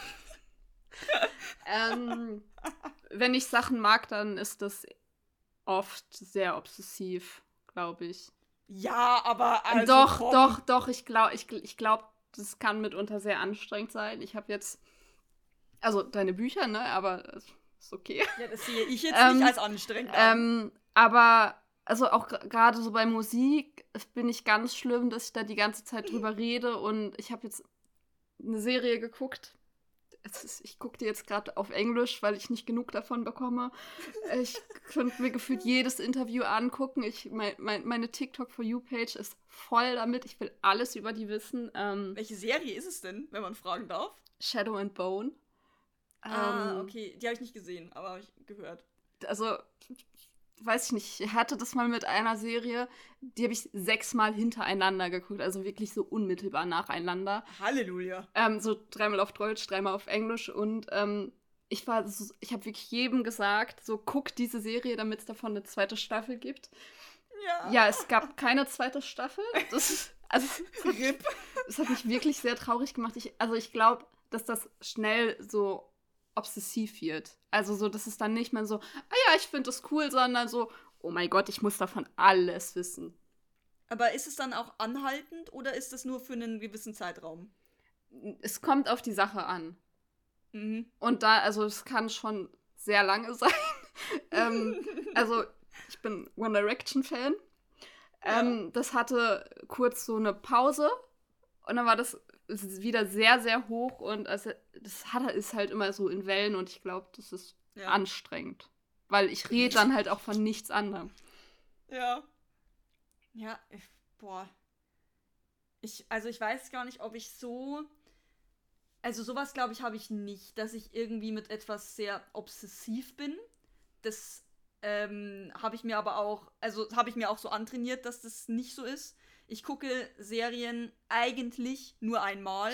Wenn ich Sachen mag, dann ist das oft sehr obsessiv, glaube ich. Ja, aber also Doch, ich glaube, das kann mitunter sehr anstrengend sein. Ich habe jetzt, also deine Bücher, ne, aber ist okay. Ja, das sehe ich jetzt nicht als anstrengend an. Aber, also auch gerade so bei Musik bin ich ganz schlimm, dass ich da die ganze Zeit drüber rede und ich habe jetzt eine Serie geguckt. Ich gucke die jetzt gerade auf Englisch, weil ich nicht genug davon bekomme. Ich könnte mir gefühlt jedes Interview angucken. Meine TikTok-For-You-Page ist voll damit. Ich will alles über die wissen. Welche Serie ist es denn, wenn man fragen darf? Shadow and Bone. Okay. Die habe ich nicht gesehen, aber habe ich gehört. Also, weiß ich nicht. Ich hatte das mal mit einer Serie, die habe ich 6-mal hintereinander geguckt. Also wirklich so unmittelbar nacheinander. Halleluja. So 3-mal auf Deutsch, 3-mal auf Englisch. Und ich habe wirklich jedem gesagt, so guck diese Serie, damit es davon eine zweite Staffel gibt. Ja, es gab keine zweite Staffel. Das hat mich wirklich sehr traurig gemacht. Ich glaube, dass das schnell so obsessiv wird. Also so, dass es dann nicht mehr so, ich finde das cool, sondern so, oh mein Gott, ich muss davon alles wissen. Aber ist es dann auch anhaltend oder ist es nur für einen gewissen Zeitraum? Es kommt auf die Sache an. Mhm. Und da, also es kann schon sehr lange sein. Also ich bin One Direction Fan. Das hatte kurz so eine Pause und dann war das wieder sehr, sehr hoch und also ist halt immer so in Wellen und ich glaube, das ist anstrengend. Weil ich rede dann halt auch von nichts anderem. Ja. Ja, boah. Ich weiß gar nicht, ob ich so... Also sowas, glaube ich, habe ich nicht, dass ich irgendwie mit etwas sehr obsessiv bin. Das habe ich mir aber auch... Also habe ich mir auch so antrainiert, dass das nicht so ist. Ich gucke Serien eigentlich nur einmal.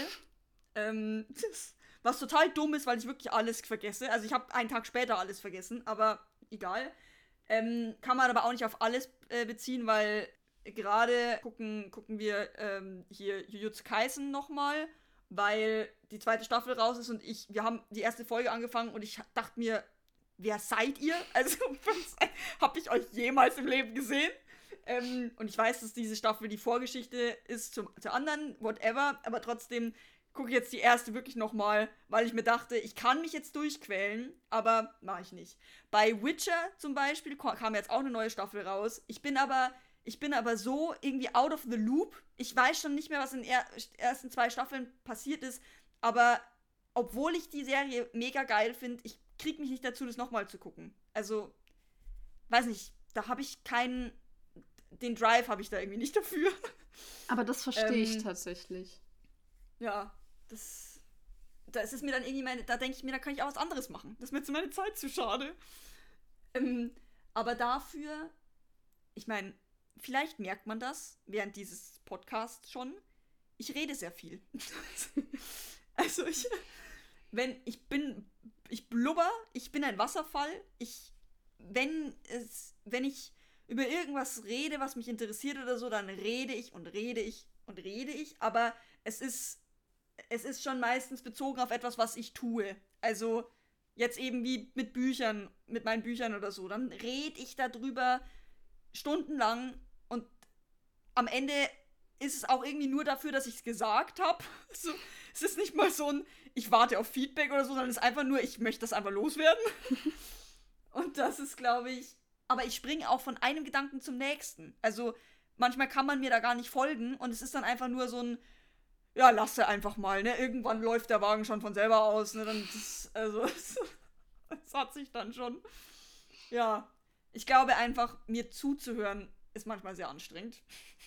Was total dumm ist, weil ich wirklich alles vergesse. Also ich habe einen Tag später alles vergessen, aber egal. Kann man aber auch nicht auf alles beziehen, weil gerade gucken wir hier Jujutsu Kaisen nochmal, weil die zweite Staffel raus ist und wir haben die erste Folge angefangen und ich dachte mir, wer seid ihr? Also, hab ich euch jemals im Leben gesehen? Und ich weiß, dass diese Staffel die Vorgeschichte ist zur anderen, whatever, aber trotzdem gucke ich jetzt die erste wirklich nochmal, weil ich mir dachte, ich kann mich jetzt durchquälen, aber mache ich nicht. Bei Witcher zum Beispiel kam jetzt auch eine neue Staffel raus. Ich bin aber so irgendwie out of the loop. Ich weiß schon nicht mehr, was in den ersten 2 Staffeln passiert ist, aber obwohl ich die Serie mega geil finde, ich krieg mich nicht dazu, das nochmal zu gucken. Also, weiß nicht, da habe ich den Drive habe ich da irgendwie nicht dafür. Aber das verstehe ich tatsächlich. Ja, da ist es mir dann irgendwie da denke ich mir, da kann ich auch was anderes machen. Das ist mir jetzt meine Zeit zu schade. Aber dafür, ich meine, vielleicht merkt man das während dieses Podcasts schon. Ich rede sehr viel. Also ich bin ich blubber, ich bin ein Wasserfall. Wenn ich über irgendwas rede, was mich interessiert oder so, dann rede ich und rede ich und rede ich, aber es ist schon meistens bezogen auf etwas, was ich tue. Also jetzt eben wie mit Büchern, mit meinen Büchern oder so. Dann rede ich darüber stundenlang und am Ende ist es auch irgendwie nur dafür, dass ich es gesagt habe. Also, es ist nicht mal so ein, ich warte auf Feedback oder so, sondern es ist einfach nur, ich möchte das einfach loswerden. Und das ist, glaube ich, aber ich springe auch von einem Gedanken zum nächsten. Also manchmal kann man mir da gar nicht folgen und es ist dann einfach nur so ein, ja, lasse einfach mal, ne? Irgendwann läuft der Wagen schon von selber aus, ne? Das hat sich dann schon. Ja. Ich glaube einfach, mir zuzuhören, ist manchmal sehr anstrengend.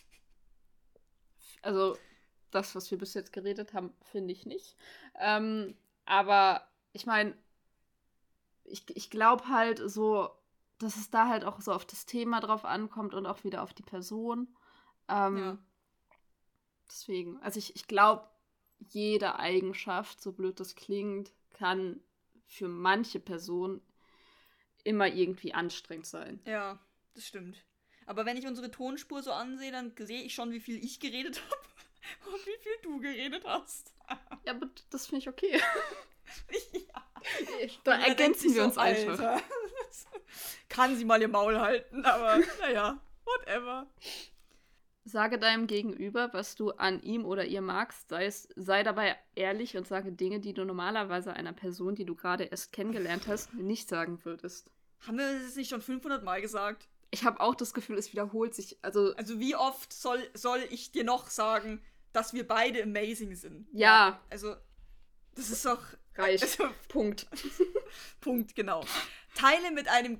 Also, das, was wir bis jetzt geredet haben, finde ich nicht. Aber ich meine, ich glaube halt so, dass es da halt auch so auf das Thema drauf ankommt und auch wieder auf die Person. Ja. Deswegen, also ich glaube, jede Eigenschaft, so blöd das klingt, kann für manche Personen immer irgendwie anstrengend sein. Ja, das stimmt. Aber wenn ich unsere Tonspur so ansehe, dann sehe ich schon, wie viel ich geredet habe und wie viel du geredet hast. Ja, aber das finde ich okay. Ja. Da ergänzen wir uns Alter. einfach. Kann sie mal ihr Maul halten, aber naja, whatever. Sage deinem Gegenüber, was du an ihm oder ihr magst, sei dabei ehrlich und sage Dinge, die du normalerweise einer Person, die du gerade erst kennengelernt hast, nicht sagen würdest. Haben wir das nicht schon 500 Mal gesagt? Ich habe auch das Gefühl, es wiederholt sich. Also wie oft soll ich dir noch sagen, dass wir beide amazing sind? Ja. Also, das ist doch... Reicht. Also, Punkt. Punkt, genau. Teile mit deinem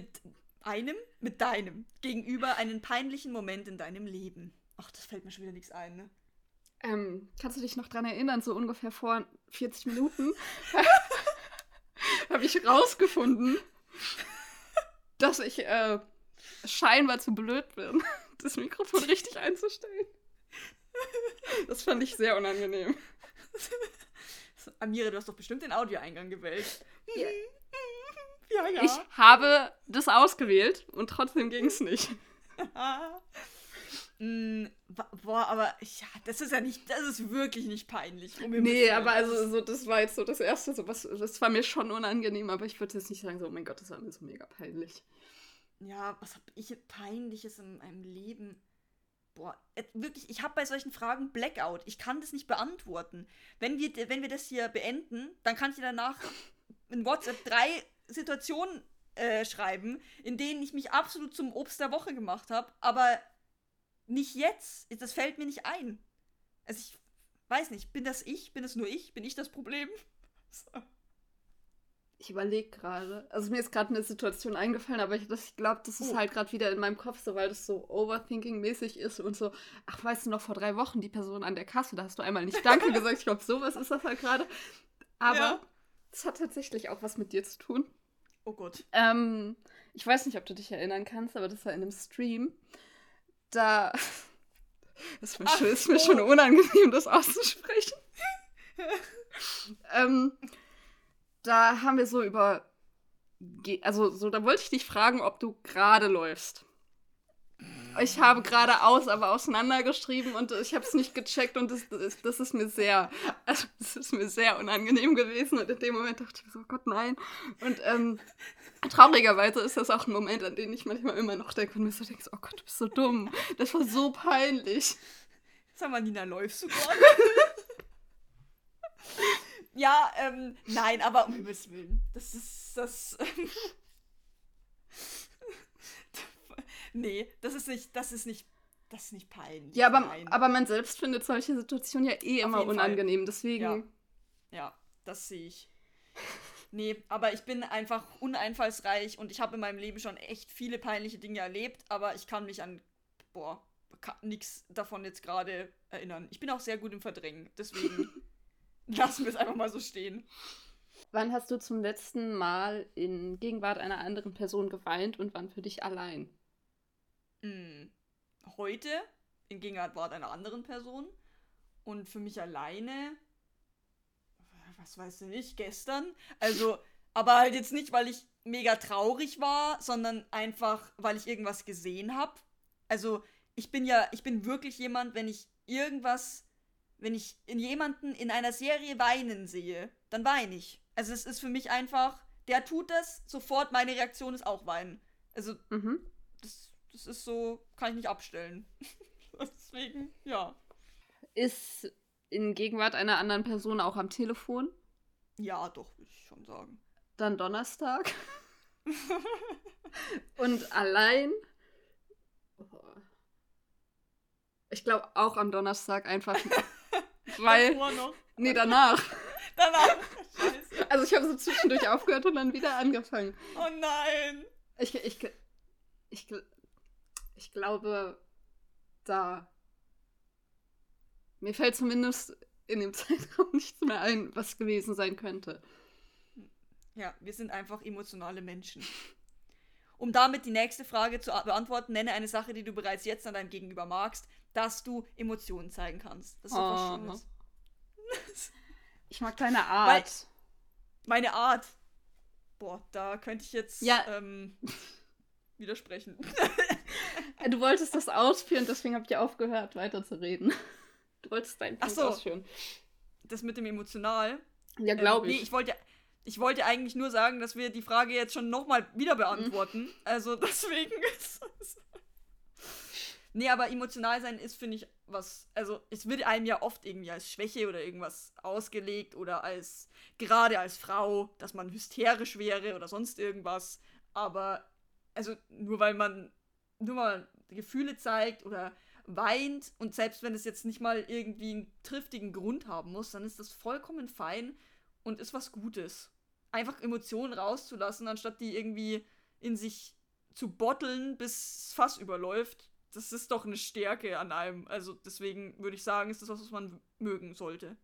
Gegenüber einen peinlichen Moment in deinem Leben. Ach, das fällt mir schon wieder nichts ein, ne? Kannst du dich noch dran erinnern, so ungefähr vor 40 Minuten habe ich rausgefunden, dass ich scheinbar zu blöd bin, das Mikrofon richtig einzustellen. Das fand ich sehr unangenehm. Amira, du hast doch bestimmt den Audioeingang gewählt. Ja. Ja. Ich habe das ausgewählt und trotzdem ging es nicht. Boah, aber ja, das ist wirklich nicht peinlich. Nee, aber also so, das war jetzt so das Erste, so das war mir schon unangenehm, aber ich würde jetzt nicht sagen, so, oh mein Gott, das war mir so mega peinlich. Ja, was hab ich Peinliches in meinem Leben? Boah, wirklich, ich habe bei solchen Fragen Blackout. Ich kann das nicht beantworten. Wenn wir das hier beenden, dann kann ich dir danach in WhatsApp 3 Situationen schreiben, in denen ich mich absolut zum Obst der Woche gemacht habe, aber nicht jetzt. Das fällt mir nicht ein. Also ich weiß nicht, bin das ich? Bin es nur ich? Bin ich das Problem? So. Ich überlege gerade. Also mir ist gerade eine Situation eingefallen, aber ich glaube, das ist halt gerade wieder in meinem Kopf so, weil das so Overthinking-mäßig ist und so, ach, weißt du noch, vor 3 Wochen die Person an der Kasse, da hast du einmal nicht Danke gesagt. Ich glaube, sowas ist das halt gerade. Aber das hat tatsächlich auch was mit dir zu tun. Oh Gott. Ich weiß nicht, ob du dich erinnern kannst, aber das war in einem Stream. Da... Es ist mir schon unangenehm, das auszusprechen. Da haben wir so über... Also, da wollte ich dich fragen, ob du gerade läufst. Ich habe geradeaus, aber auseinandergeschrieben und ich habe es nicht gecheckt und das ist mir sehr... Also, das ist mir sehr unangenehm gewesen und in dem Moment dachte ich mir so, oh Gott, nein. Und traurigerweise ist das auch ein Moment, an den ich manchmal immer noch denke und mir so denke, oh Gott, du bist so dumm. Das war so peinlich. Sag mal, Nina, läufst du gerade? Ja, nein, aber um Himmels Willen. Nee, das ist nicht peinlich. Ja, aber man selbst findet solche Situationen ja immer unangenehm, Fall. Deswegen... Ja, das sehe ich. Nee, aber ich bin einfach uneinfallsreich und ich habe in meinem Leben schon echt viele peinliche Dinge erlebt, aber ich kann mich an, nix davon jetzt gerade erinnern. Ich bin auch sehr gut im Verdrängen, deswegen lassen wir es einfach mal so stehen. Wann hast du zum letzten Mal in Gegenwart einer anderen Person geweint und wann für dich allein? Heute in Gegenwart einer anderen Person und für mich alleine, was weiß ich nicht, gestern. Also, aber halt jetzt nicht, weil ich mega traurig war, sondern einfach, weil ich irgendwas gesehen habe. Also, ich bin wirklich jemand, wenn ich in jemanden in einer Serie weinen sehe, dann weine ich. Also, es ist für mich einfach, der tut das, sofort meine Reaktion ist auch weinen. Also, das ist so, kann ich nicht abstellen. Deswegen, ja. Ist in Gegenwart einer anderen Person auch am Telefon? Ja, doch, würde ich schon sagen. Dann Donnerstag. Und allein? Ich glaube auch am Donnerstag einfach. Weil. Davor noch. Nee, danach. Danach. Scheiße. Also ich habe so zwischendurch aufgehört und dann wieder angefangen. Oh nein. Ich glaube, da. Mir fällt zumindest in dem Zeitraum nichts mehr ein, was gewesen sein könnte. Ja, wir sind einfach emotionale Menschen. Um damit die nächste Frage zu beantworten, nenne eine Sache, die du bereits jetzt an deinem Gegenüber magst, dass du Emotionen zeigen kannst. Das ist so was Schönes. Ich mag deine Art. Meine Art. Boah, da könnte ich jetzt widersprechen. Du wolltest das ausführen, deswegen habe ich aufgehört, weiterzureden. Du wolltest deinen Punkt ausführen. Das mit dem Emotional. Ja, glaube ich. Nee, ich wollte eigentlich nur sagen, dass wir die Frage jetzt schon nochmal wieder beantworten. Also deswegen ist es. Nee, aber emotional sein ist, finde ich, was. Also, es wird einem ja oft irgendwie als Schwäche oder irgendwas ausgelegt oder gerade als Frau, dass man hysterisch wäre oder sonst irgendwas. Aber, also, nur weil man Gefühle zeigt oder weint und selbst wenn es jetzt nicht mal irgendwie einen triftigen Grund haben muss, dann ist das vollkommen fein und ist was Gutes. Einfach Emotionen rauszulassen, anstatt die irgendwie in sich zu botteln, bis es fast überläuft. Das ist doch eine Stärke an einem. Also deswegen würde ich sagen, ist das was man mögen sollte.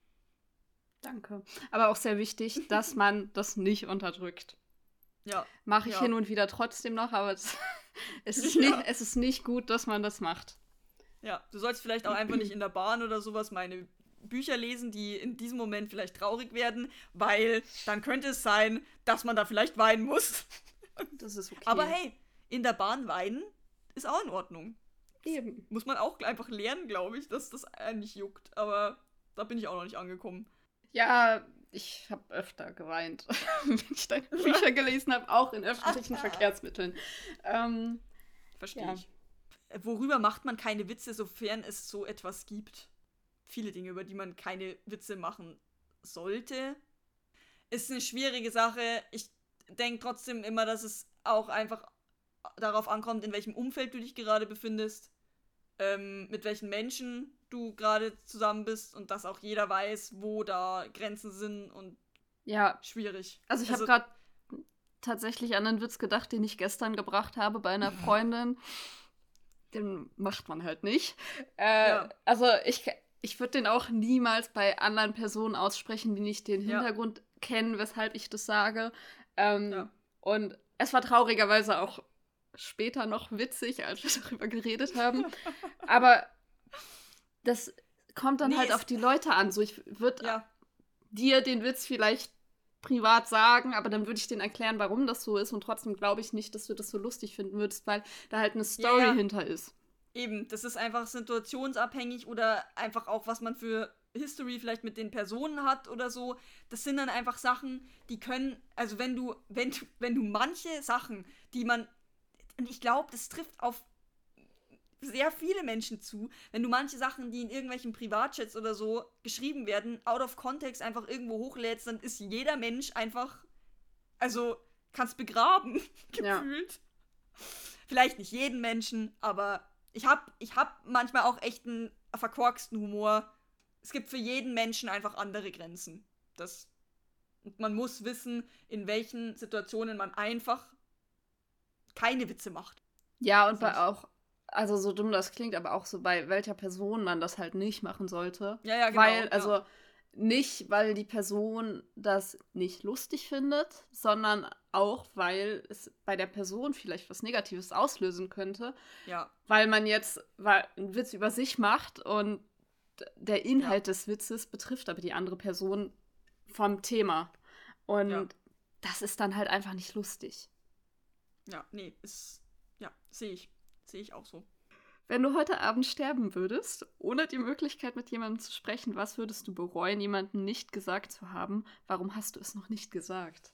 Danke. Aber auch sehr wichtig, dass man das nicht unterdrückt. Ja. Mache ich hin und wieder trotzdem noch, aber es ist nicht gut, dass man das macht. Ja, du sollst vielleicht auch einfach nicht in der Bahn oder sowas meine Bücher lesen, die in diesem Moment vielleicht traurig werden, weil dann könnte es sein, dass man da vielleicht weinen muss. Das ist okay. Aber hey, in der Bahn weinen ist auch in Ordnung. Eben. Muss man auch einfach lernen, glaube ich, dass das einen nicht juckt. Aber da bin ich auch noch nicht angekommen. Ja, ich habe öfter geweint, wenn ich deine Bücher gelesen habe, auch in öffentlichen Verkehrsmitteln. Verstehe ich. Worüber macht man keine Witze, sofern es so etwas gibt? Viele Dinge, über die man keine Witze machen sollte. Ist eine schwierige Sache. Ich denke trotzdem immer, dass es auch einfach darauf ankommt, in welchem Umfeld du dich gerade befindest, mit welchen Menschen du gerade zusammen bist und dass auch jeder weiß, wo da Grenzen sind und schwierig. Also ich habe gerade tatsächlich an einen Witz gedacht, den ich gestern gebracht habe bei einer Freundin. Den macht man halt nicht. Also ich würde den auch niemals bei anderen Personen aussprechen, die nicht den Hintergrund kennen, weshalb ich das sage. Und es war traurigerweise auch später noch witzig, als wir darüber geredet haben. Aber das kommt dann halt auf die Leute an. So, ich würde dir den Witz vielleicht privat sagen, aber dann würde ich denen erklären, warum das so ist. Und trotzdem glaube ich nicht, dass du das so lustig finden würdest, weil da halt eine Story hinter ist. Eben, das ist einfach situationsabhängig oder einfach auch, was man für History vielleicht mit den Personen hat oder so. Das sind dann einfach Sachen, die können, also wenn du manche Sachen, die man, und ich glaube, das trifft auf sehr viele Menschen zu, wenn du manche Sachen, die in irgendwelchen Privatchats oder so geschrieben werden, out of context einfach irgendwo hochlädst, dann ist jeder Mensch einfach, also kannst begraben, gefühlt. Vielleicht nicht jeden Menschen, aber ich hab manchmal auch echt einen verkorksten Humor. Es gibt für jeden Menschen einfach andere Grenzen. Und man muss wissen, in welchen Situationen man einfach keine Witze macht. Ja, und also so dumm das klingt, aber auch so bei welcher Person man das halt nicht machen sollte. Ja, genau. Also nicht, weil die Person das nicht lustig findet, sondern auch, weil es bei der Person vielleicht was Negatives auslösen könnte. Ja. Weil man jetzt einen Witz über sich macht und der Inhalt des Witzes betrifft aber die andere Person vom Thema. Und das ist dann halt einfach nicht lustig. Ja, nee, sehe ich. Sehe ich auch so. Wenn du heute Abend sterben würdest, ohne die Möglichkeit mit jemandem zu sprechen, was würdest du bereuen, jemandem nicht gesagt zu haben? Warum hast du es noch nicht gesagt?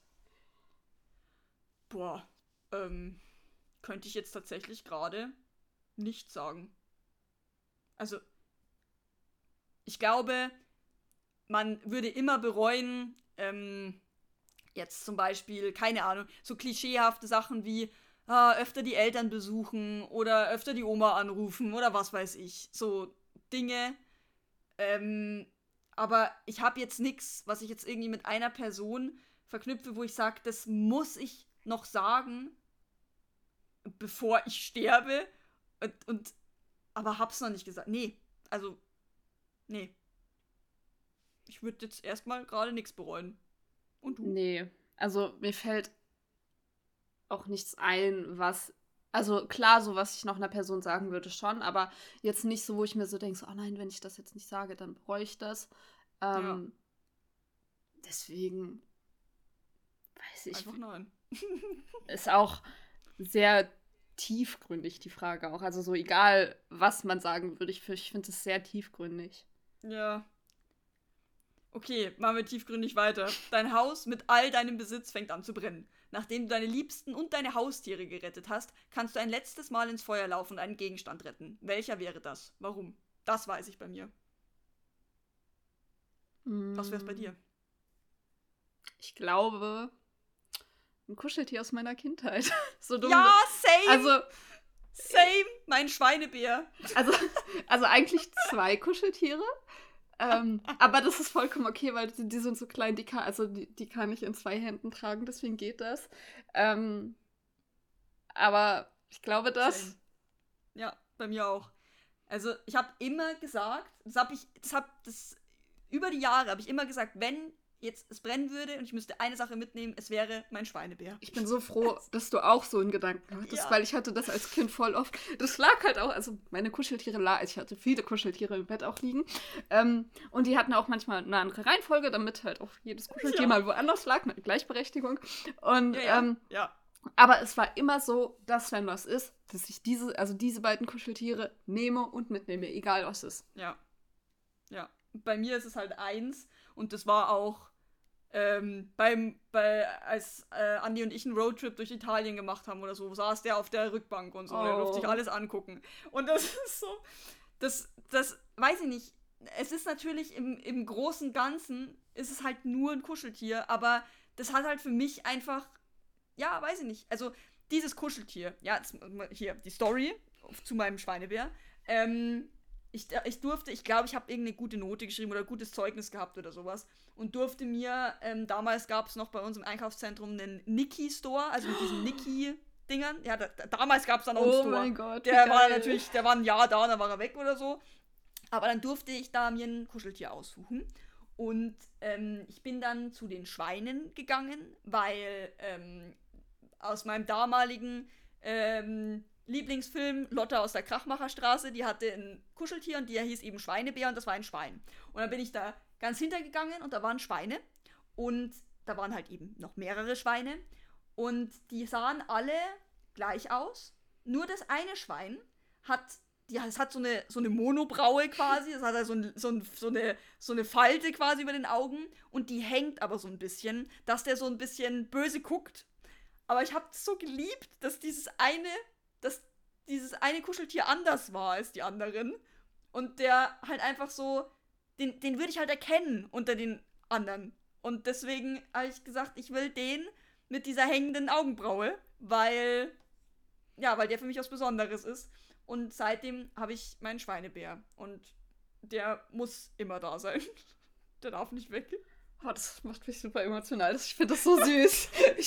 Boah, könnte ich jetzt tatsächlich gerade nicht sagen. Also, ich glaube, man würde immer bereuen, jetzt zum Beispiel, keine Ahnung, so klischeehafte Sachen wie öfter die Eltern besuchen oder öfter die Oma anrufen oder was weiß ich. So Dinge. Aber ich habe jetzt nichts, was ich jetzt irgendwie mit einer Person verknüpfe, wo ich sage, das muss ich noch sagen, bevor ich sterbe. Aber hab's noch nicht gesagt. Nee, also, nee. Ich würde jetzt erstmal gerade nichts bereuen. Und du? Nee, also mir fällt auch nichts ein, was, also klar, so was ich noch einer Person sagen würde schon, aber jetzt nicht so, wo ich mir so denke, so, oh nein, wenn ich das jetzt nicht sage, dann bereue ich das. Deswegen weiß ich. Einfach nein. Ist auch sehr tiefgründig, die Frage auch. Also so egal, was man sagen würde, ich finde es sehr tiefgründig. Ja. Okay, machen wir tiefgründig weiter. Dein Haus mit all deinem Besitz fängt an zu brennen. Nachdem du deine Liebsten und deine Haustiere gerettet hast, kannst du ein letztes Mal ins Feuer laufen und einen Gegenstand retten. Welcher wäre das? Warum? Das weiß ich bei mir. Was wär's bei dir? Ich glaube, ein Kuscheltier aus meiner Kindheit. So dumm. Ja, same! Also, same! Mein Schweinebär. Also eigentlich 2 Kuscheltiere. Aber das ist vollkommen okay, weil die sind so klein, die kann ich in 2 Händen tragen, deswegen geht das. Aber ich glaube, das. Same. Ja, bei mir auch. Also, ich habe immer gesagt, über die Jahre habe ich immer gesagt, wenn jetzt es brennen würde und ich müsste eine Sache mitnehmen, es wäre mein Schweinebär. Ich bin so froh, dass du auch so einen Gedanken hattest, weil ich hatte das als Kind voll oft. Das lag halt auch, also meine Kuscheltiere ich hatte viele Kuscheltiere im Bett auch liegen. Und die hatten auch manchmal eine andere Reihenfolge, damit halt auch jedes Kuscheltier mal woanders lag, mit Gleichberechtigung. Und aber es war immer so, dass wenn was ist, dass ich diese beiden Kuscheltiere nehme und mitnehme, egal was ist. Ja. Ja. Bei mir ist es halt 1 und das war auch als Andi und ich einen Roadtrip durch Italien gemacht haben oder so, saß der auf der Rückbank und so, der durfte sich alles angucken. Und das ist so, das weiß ich nicht, es ist natürlich im großen Ganzen, ist es halt nur ein Kuscheltier, aber das hat halt für mich einfach, ja, weiß ich nicht, also dieses Kuscheltier, ja, hier, die Story zu meinem Schweinebär, ich glaube, ich habe irgendeine gute Note geschrieben oder gutes Zeugnis gehabt oder sowas und durfte mir, damals gab es noch bei uns im Einkaufszentrum einen Niki-Store, also mit diesen Niki-Dingern. Ja, damals gab es dann noch einen Store. Oh mein Gott, der war ein Jahr da und dann war er weg oder so. Aber dann durfte ich da mir ein Kuscheltier aussuchen. Und ich bin dann zu den Schweinen gegangen, weil aus meinem damaligen Lieblingsfilm Lotte aus der Krachmacherstraße, die hatte ein Kuscheltier und der hieß eben Schweinebär und das war ein Schwein. Und dann bin ich da ganz hintergegangen und da waren Schweine und da waren halt eben noch mehrere Schweine und die sahen alle gleich aus. Nur das eine Schwein es hat so eine Monobraue quasi, es hat also so eine Falte quasi über den Augen und die hängt aber so ein bisschen, dass der so ein bisschen böse guckt. Aber ich habe es so geliebt, dass dieses eine Kuscheltier anders war als die anderen. Und der halt einfach so, den würde ich halt erkennen unter den anderen. Und deswegen habe ich gesagt, ich will den mit dieser hängenden Augenbraue, weil der für mich was Besonderes ist. Und seitdem habe ich meinen Schweinebär. Und der muss immer da sein. Der darf nicht weg. Oh, das macht mich super emotional. Ich finde das so süß.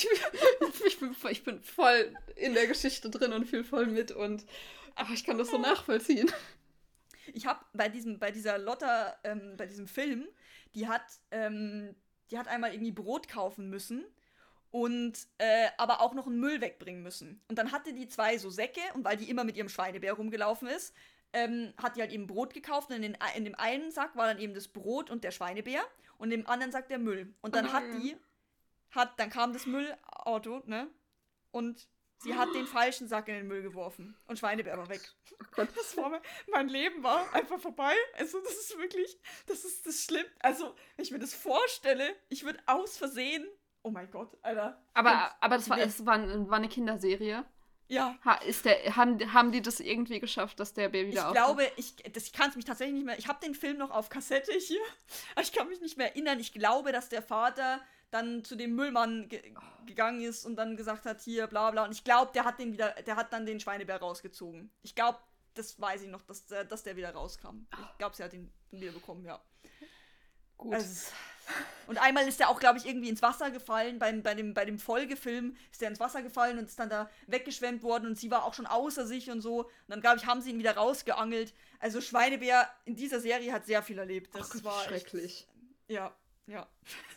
Ich bin voll in der Geschichte drin und fühle voll mit. Aber ich kann das so nachvollziehen. Ich habe bei dieser Lotta, bei diesem Film, die hat einmal irgendwie Brot kaufen müssen und aber auch noch einen Müll wegbringen müssen. Und dann hatte die 2 so Säcke und weil die immer mit ihrem Schweinebär rumgelaufen ist, hat die halt eben Brot gekauft und in dem einen Sack war dann eben das Brot und der Schweinebär und im anderen Sack der Müll. Und dann dann kam das Müllauto, ne? Und sie hat den falschen Sack in den Müll geworfen. Und Schweinebär war weg. Oh Gott. Mein Leben war einfach vorbei. Also das ist wirklich, das ist das Schlimm. Also, wenn ich mir das vorstelle, ich würde aus Versehen, oh mein Gott, Alter. Aber es war eine Kinderserie. Ja. Haben die das irgendwie geschafft, dass der Bär wieder aufkommt? Ich kann es mich tatsächlich nicht mehr, ich habe den Film noch auf Kassette hier, aber ich kann mich nicht mehr erinnern. Ich glaube, dass der Vater dann zu dem Müllmann gegangen ist und dann gesagt hat, hier, bla bla. Und ich glaube, der hat dann den Schweinebär rausgezogen. Ich glaube, das weiß ich noch, dass der wieder rauskam. Ich glaube, sie hat ihn wieder bekommen, ja. Gut. Also, und einmal ist der auch, glaube ich, irgendwie ins Wasser gefallen. Bei dem Folgefilm ist der ins Wasser gefallen und ist dann da weggeschwemmt worden und sie war auch schon außer sich und so. Und dann, glaube ich, haben sie ihn wieder rausgeangelt. Also Schweinebär in dieser Serie hat sehr viel erlebt. Das war schrecklich. Echt, ja.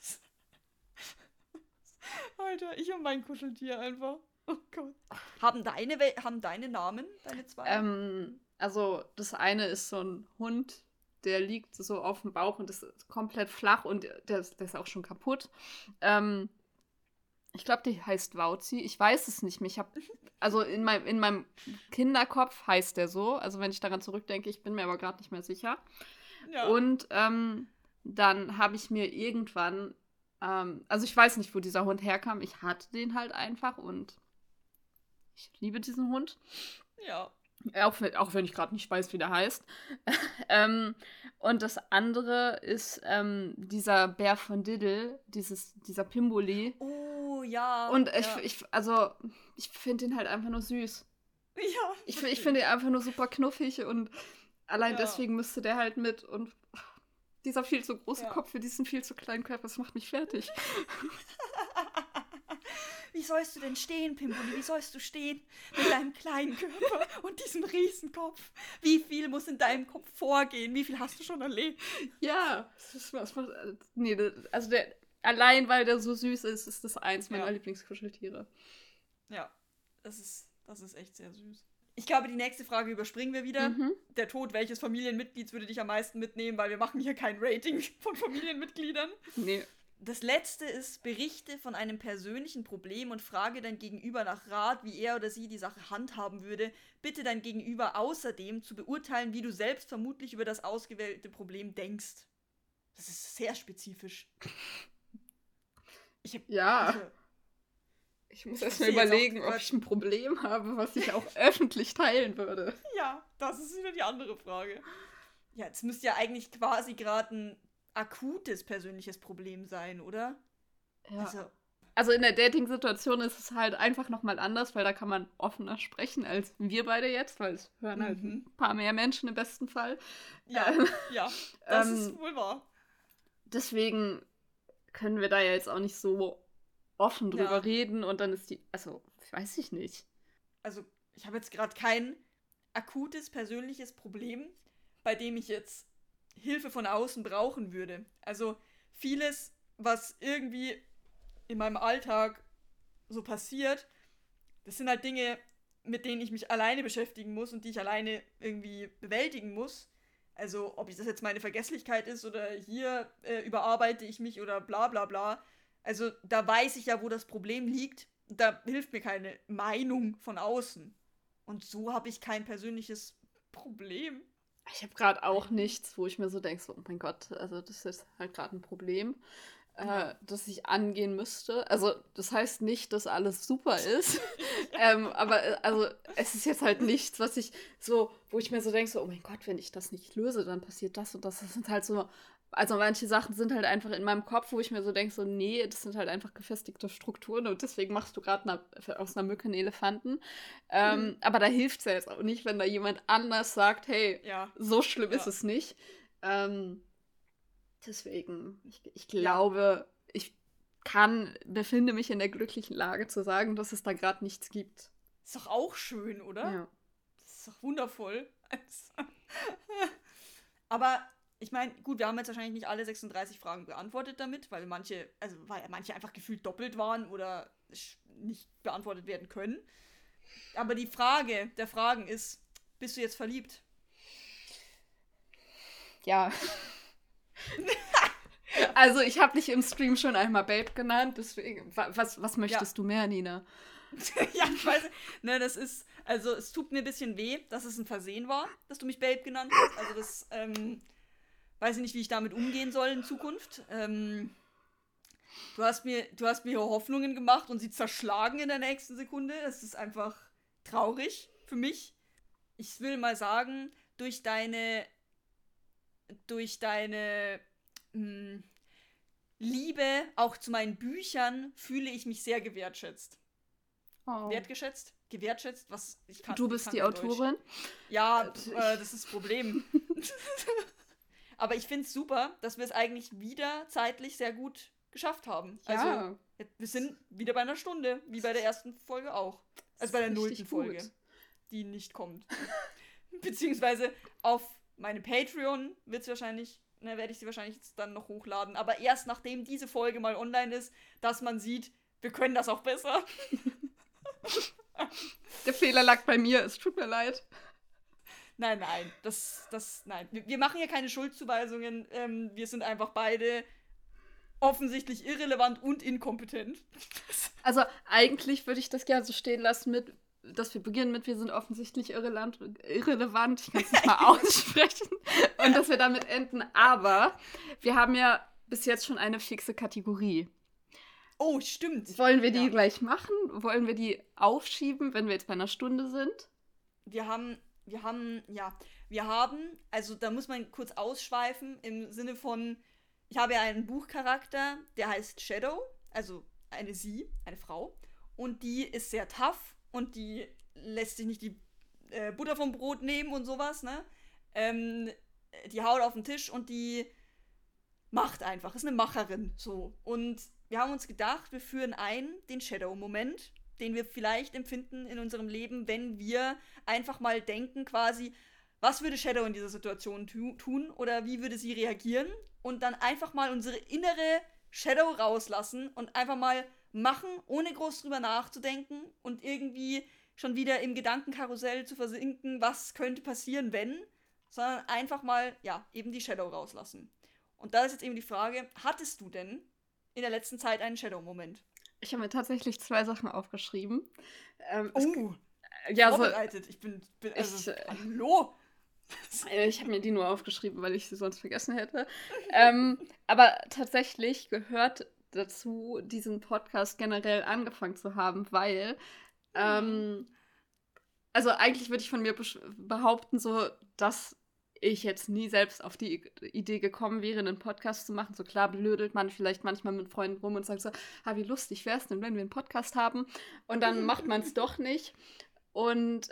Alter, ich und mein Kuscheltier einfach. Oh Gott. Haben deine Namen, deine zwei? Also, das eine ist so ein Hund, der liegt so auf dem Bauch und ist komplett flach und der ist auch schon kaputt. Ich glaube, die heißt Wauzi. Ich weiß es nicht mehr. Also in meinem Kinderkopf heißt der so. Also wenn ich daran zurückdenke, ich bin mir aber gerade nicht mehr sicher. Ja. Und dann habe ich mir irgendwann also ich weiß nicht, wo dieser Hund herkam. Ich hatte den halt einfach und ich liebe diesen Hund. Ja. Auch wenn ich gerade nicht weiß, wie der heißt. Und das andere ist dieser Bär von Diddle, dieser Pimboli. Oh, ja. Und ich finde den halt einfach nur süß. Ja. Ich finde den einfach nur super knuffig und allein deswegen müsste der halt mit und dieser viel zu große Kopf für diesen viel zu kleinen Körper, das macht mich fertig. Wie sollst du denn stehen, Pimboli? Wie sollst du stehen mit deinem kleinen Körper und diesem Riesenkopf? Wie viel muss in deinem Kopf vorgehen? Wie viel hast du schon erlebt? Ja, allein weil der so süß ist das eins meiner Lieblingskuscheltiere. Ja, das ist echt sehr süß. Ich glaube, die nächste Frage überspringen wir wieder. Der Tod welches Familienmitglieds würde dich am meisten mitnehmen, weil wir machen hier kein Rating von Familienmitgliedern. Nee. Das letzte ist, berichte von einem persönlichen Problem und frage dein Gegenüber nach Rat, wie er oder sie die Sache handhaben würde. Bitte dein Gegenüber außerdem zu beurteilen, wie du selbst vermutlich über das ausgewählte Problem denkst. Das ist sehr spezifisch. Ich muss erst mal überlegen, ob ich ein Problem habe, was ich auch öffentlich teilen würde. Ja, das ist wieder die andere Frage. Ja, jetzt müsste ja eigentlich quasi gerade ein akutes persönliches Problem sein, oder? Ja. Also in der Dating-Situation ist es halt einfach nochmal anders, weil da kann man offener sprechen als wir beide jetzt, weil es hören halt ein paar mehr Menschen im besten Fall. Ja, das ist wohl wahr. Deswegen können wir da ja jetzt auch nicht so offen drüber reden und dann ist weiß ich nicht. Also ich habe jetzt gerade kein akutes persönliches Problem, bei dem ich jetzt Hilfe von außen brauchen würde. Also vieles, was irgendwie in meinem Alltag so passiert, das sind halt Dinge, mit denen ich mich alleine beschäftigen muss und die ich alleine irgendwie bewältigen muss. Also ob das jetzt meine Vergesslichkeit ist oder hier überarbeite ich mich oder bla bla bla. Also da weiß ich ja, wo das Problem liegt. Da hilft mir keine Meinung von außen. Und so habe ich kein persönliches Problem. Ich habe gerade auch nichts, wo ich mir so denke, so, oh mein Gott, also das ist halt gerade ein Problem, das ich angehen müsste. Also das heißt nicht, dass alles super ist, aber also es ist jetzt halt nichts, was ich so, wo ich mir so denke, so, oh mein Gott, wenn ich das nicht löse, dann passiert das und das. Das sind halt so, also manche Sachen sind halt einfach in meinem Kopf, wo ich mir so denke, so, nee, das sind halt einfach gefestigte Strukturen und deswegen machst du gerade aus einer Mücke einen Elefanten. Aber da hilft es ja jetzt auch nicht, wenn da jemand anders sagt, hey, so schlimm ist es nicht. Deswegen, ich glaube, ich befinde mich in der glücklichen Lage zu sagen, dass es da gerade nichts gibt. Ist doch auch schön, oder? Ja. Das ist doch wundervoll. Aber ich meine, gut, wir haben jetzt wahrscheinlich nicht alle 36 Fragen beantwortet damit, weil manche einfach gefühlt doppelt waren oder nicht beantwortet werden können. Aber die Frage der Fragen ist, bist du jetzt verliebt? Ja. Also, ich habe dich im Stream schon einmal Babe genannt, deswegen, was möchtest du mehr, Nina? Ja, ich weiß, ne, das ist, also es tut mir ein bisschen weh, dass es ein Versehen war, dass du mich Babe genannt hast. Also das, weiß ich nicht, wie ich damit umgehen soll in Zukunft. Du hast mir hier Hoffnungen gemacht und sie zerschlagen in der nächsten Sekunde. Das ist einfach traurig für mich. Ich will mal sagen, durch deine Liebe auch zu meinen Büchern fühle ich mich sehr gewertschätzt. Oh. Wertgeschätzt? Gewertschätzt? Was? Du bist die Autorin? Ja, das ist das Problem. Aber ich finde es super, dass wir es eigentlich wieder zeitlich sehr gut geschafft haben. Ja. Also, wir sind wieder bei einer Stunde, wie bei der ersten Folge auch. Also bei der 0. Folge, die nicht kommt. Beziehungsweise auf meinem Patreon werde ich sie wahrscheinlich jetzt dann noch hochladen. Aber erst nachdem diese Folge mal online ist, dass man sieht, wir können das auch besser. Der Fehler lag bei mir, es tut mir leid. Nein, nein. Wir machen hier keine Schuldzuweisungen. Wir sind einfach beide offensichtlich irrelevant und inkompetent. Also eigentlich würde ich das gerne so stehen lassen dass wir beginnen mit, wir sind offensichtlich irrelevant, ich kann es nicht mal aussprechen, und dass wir damit enden. Aber wir haben ja bis jetzt schon eine fixe Kategorie. Oh, stimmt. Wollen wir die gleich machen? Wollen wir die aufschieben, wenn wir jetzt bei einer Stunde sind? Wir haben, also da muss man kurz ausschweifen, im Sinne von, ich habe ja einen Buchcharakter, der heißt Shadow, also eine Frau, und die ist sehr tough und die lässt sich nicht die Butter vom Brot nehmen und sowas, ne? Die haut auf den Tisch und die macht einfach, ist eine Macherin, so. Und wir haben uns gedacht, wir führen den Shadow-Moment, den wir vielleicht empfinden in unserem Leben, wenn wir einfach mal denken quasi, was würde Shadow in dieser Situation tun oder wie würde sie reagieren, und dann einfach mal unsere innere Shadow rauslassen und einfach mal machen, ohne groß drüber nachzudenken und irgendwie schon wieder im Gedankenkarussell zu versinken, was könnte passieren, wenn, sondern einfach mal, ja, eben die Shadow rauslassen. Und da ist jetzt eben die Frage, hattest du denn in der letzten Zeit einen Shadow-Moment? Ich habe mir tatsächlich 2 Sachen aufgeschrieben. Vorbereitet. Hallo! Ich habe mir die nur aufgeschrieben, weil ich sie sonst vergessen hätte. Aber tatsächlich gehört dazu, diesen Podcast generell angefangen zu haben, weil also eigentlich würde ich von mir behaupten, so, dass ich jetzt nie selbst auf die Idee gekommen wäre, einen Podcast zu machen. So klar blödelt man vielleicht manchmal mit Freunden rum und sagt so, wie lustig wär's denn, wenn wir einen Podcast haben? Und dann macht man es doch nicht. Und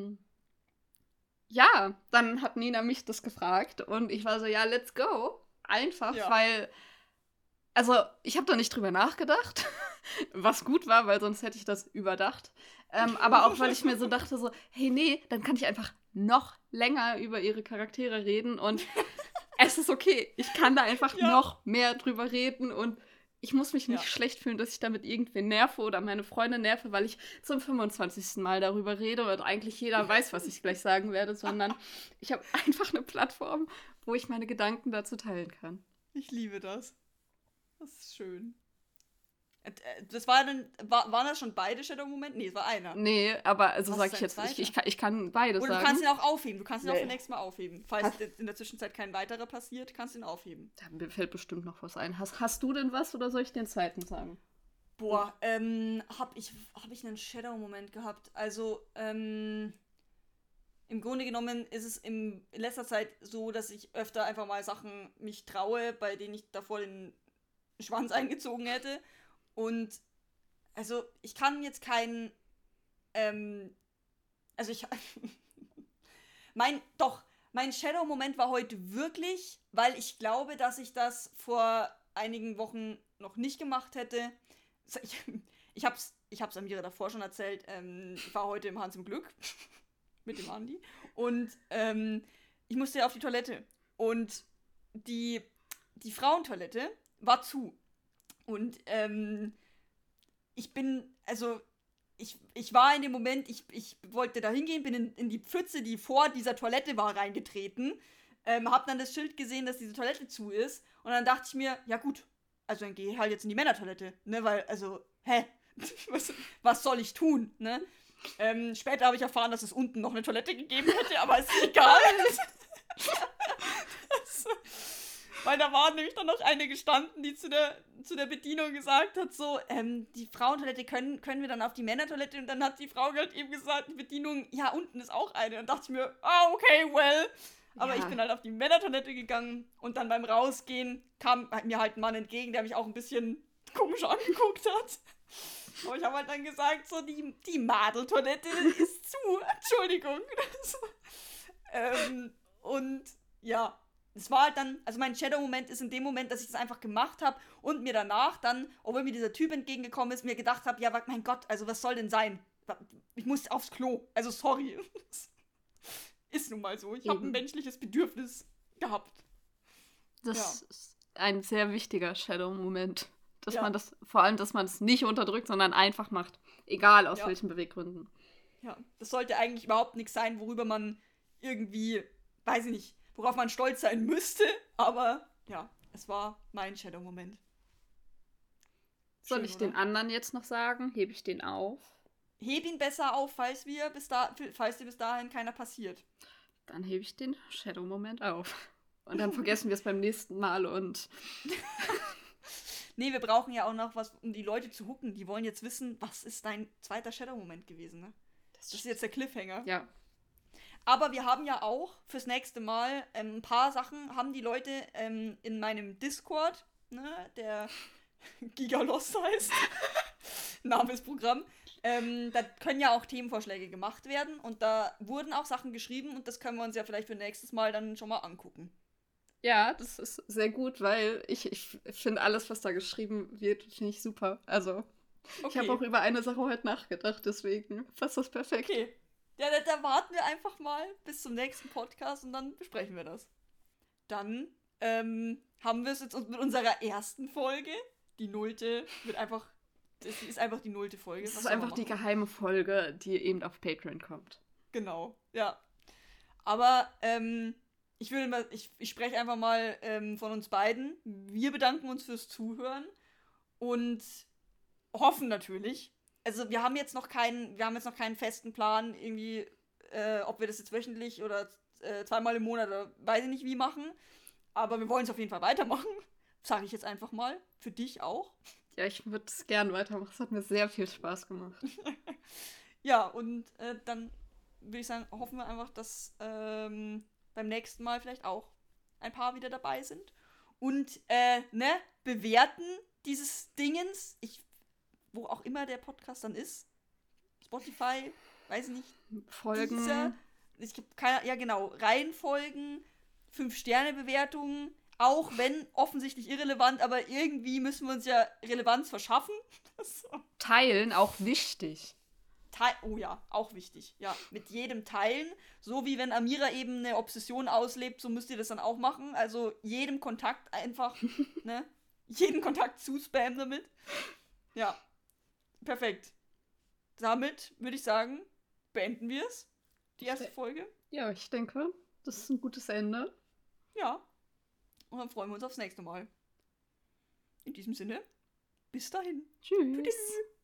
ja, dann hat Nina mich das gefragt und ich war so, ja, let's go. Einfach, weil, also ich habe da nicht drüber nachgedacht, was gut war, weil sonst hätte ich das überdacht. Aber auch, weil ich mir so dachte, so, hey, nee, dann kann ich einfach noch länger über ihre Charaktere reden und es ist okay. Ich kann da einfach noch mehr drüber reden und ich muss mich nicht schlecht fühlen, dass ich damit irgendwen nerve oder meine Freunde nerve, weil ich zum 25. Mal darüber rede und eigentlich jeder weiß, was ich gleich sagen werde, sondern ich habe einfach eine Plattform, wo ich meine Gedanken dazu teilen kann. Ich liebe das. Das ist schön. Das waren das schon beide Shadow-Momente? Nee, es war einer. Nee, aber also sag ich jetzt, ich kann beide sagen. Oder du kannst ihn auch aufheben. Du kannst ihn auch für nächstes Mal aufheben. Falls in der Zwischenzeit kein weiterer passiert, kannst du ihn aufheben. Da fällt bestimmt noch was ein. Hast du denn was oder soll ich den zweiten sagen? Boah, hab ich einen Shadow-Moment gehabt? Also, im Grunde genommen ist es in letzter Zeit so, dass ich öfter einfach mal Sachen mich traue, bei denen ich davor den Schwanz eingezogen hätte. Und, also, ich kann jetzt keinen, also mein Shadow-Moment war heute wirklich, weil ich glaube, dass ich das vor einigen Wochen noch nicht gemacht hätte. Ich hab's Amira davor schon erzählt, ich war heute im Hans im Glück mit dem Andi und ich musste ja auf die Toilette und die Frauentoilette war zu. Und ich war in dem Moment, ich wollte da hingehen, bin in die Pfütze, die vor dieser Toilette war, reingetreten. hab dann das Schild gesehen, dass diese Toilette zu ist. Und dann dachte ich mir, ja gut, also dann gehe ich halt jetzt in die Männertoilette, ne, weil, also, was soll ich tun, ne? Später habe ich erfahren, dass es unten noch eine Toilette gegeben hätte, aber ist egal. Weil da war nämlich dann noch eine gestanden, die zu der Bedienung gesagt hat, so, die Frauentoilette können wir dann auf die Männertoilette, und dann hat die Frau halt eben gesagt, die Bedienung, ja, unten ist auch eine. Und dann dachte ich mir, okay, well. Aber ich bin halt auf die Männertoilette gegangen, und dann beim Rausgehen kam mir halt ein Mann entgegen, der mich auch ein bisschen komisch angeguckt hat. Aber ich habe halt dann gesagt, so, die Madeltoilette ist zu, Entschuldigung. Und ja, es war halt dann, also mein Shadow-Moment ist in dem Moment, dass ich das einfach gemacht habe und mir danach dann, obwohl mir dieser Typ entgegengekommen ist, mir gedacht habe, ja, mein Gott, also was soll denn sein? Ich muss aufs Klo, also sorry. Ist nun mal so, ich habe ein menschliches Bedürfnis gehabt. Das ist ein sehr wichtiger Shadow-Moment. Dass man das, vor allem, dass man es nicht unterdrückt, sondern einfach macht. Egal aus welchen Beweggründen. Ja, das sollte eigentlich überhaupt nichts sein, worüber man irgendwie, weiß ich nicht, worauf man stolz sein müsste, aber ja, es war mein Shadow-Moment. Soll ich den anderen jetzt noch sagen? Hebe ich den auf? Heb ihn besser auf, falls dir bis dahin keiner passiert. Dann hebe ich den Shadow-Moment auf. Und dann vergessen wir es beim nächsten Mal und... Nee, wir brauchen ja auch noch was, um die Leute zu hooken. Die wollen jetzt wissen, was ist dein zweiter Shadow-Moment gewesen, ne? Das ist jetzt der Cliffhanger. Ja. Aber wir haben ja auch fürs nächste Mal ein paar Sachen, haben die Leute in meinem Discord, ne, der Gigalost heißt, Namensprogramm, da können ja auch Themenvorschläge gemacht werden, und da wurden auch Sachen geschrieben, und das können wir uns ja vielleicht für nächstes Mal dann schon mal angucken. Ja, das ist sehr gut, weil ich finde alles, was da geschrieben wird, finde ich super. Also, ich habe auch über eine Sache heute nachgedacht, deswegen passt das perfekt. Okay. Ja, da warten wir einfach mal bis zum nächsten Podcast, und dann besprechen wir das. Dann haben wir es jetzt mit unserer ersten Folge. Die 0. das ist einfach die 0. Folge. Das ist einfach die geheime Folge, die eben auf Patreon kommt. Genau, ja. Aber, ich spreche einfach mal von uns beiden. Wir bedanken uns fürs Zuhören und hoffen natürlich. Also wir haben jetzt noch keinen festen Plan, irgendwie, ob wir das jetzt wöchentlich oder zweimal im Monat oder weiß ich nicht wie machen. Aber wir wollen es auf jeden Fall weitermachen. Sage ich jetzt einfach mal. Für dich auch. Ja, ich würde es gern weitermachen. Es hat mir sehr viel Spaß gemacht. Ja, und dann würde ich sagen, hoffen wir einfach, dass beim nächsten Mal vielleicht auch ein paar wieder dabei sind. Und, bewerten dieses Dingens, wo auch immer der Podcast dann ist. Spotify, weiß ich nicht. Folgen. Ich habe keine, ja genau, Reihenfolgen, 5-Sterne-Bewertungen, auch wenn offensichtlich irrelevant, aber irgendwie müssen wir uns ja Relevanz verschaffen. Teilen, auch wichtig. Oh ja, auch wichtig. Ja, mit jedem Teilen. So wie wenn Amira eben eine Obsession auslebt, so müsst ihr das dann auch machen. Also jedem Kontakt einfach, ne? Jeden Kontakt zuspammen damit. Ja, perfekt. Damit würde ich sagen, beenden wir es. Die erste Folge. Ja, ich denke, das ist ein gutes Ende. Ja. Und dann freuen wir uns aufs nächste Mal. In diesem Sinne, bis dahin. Tschüss.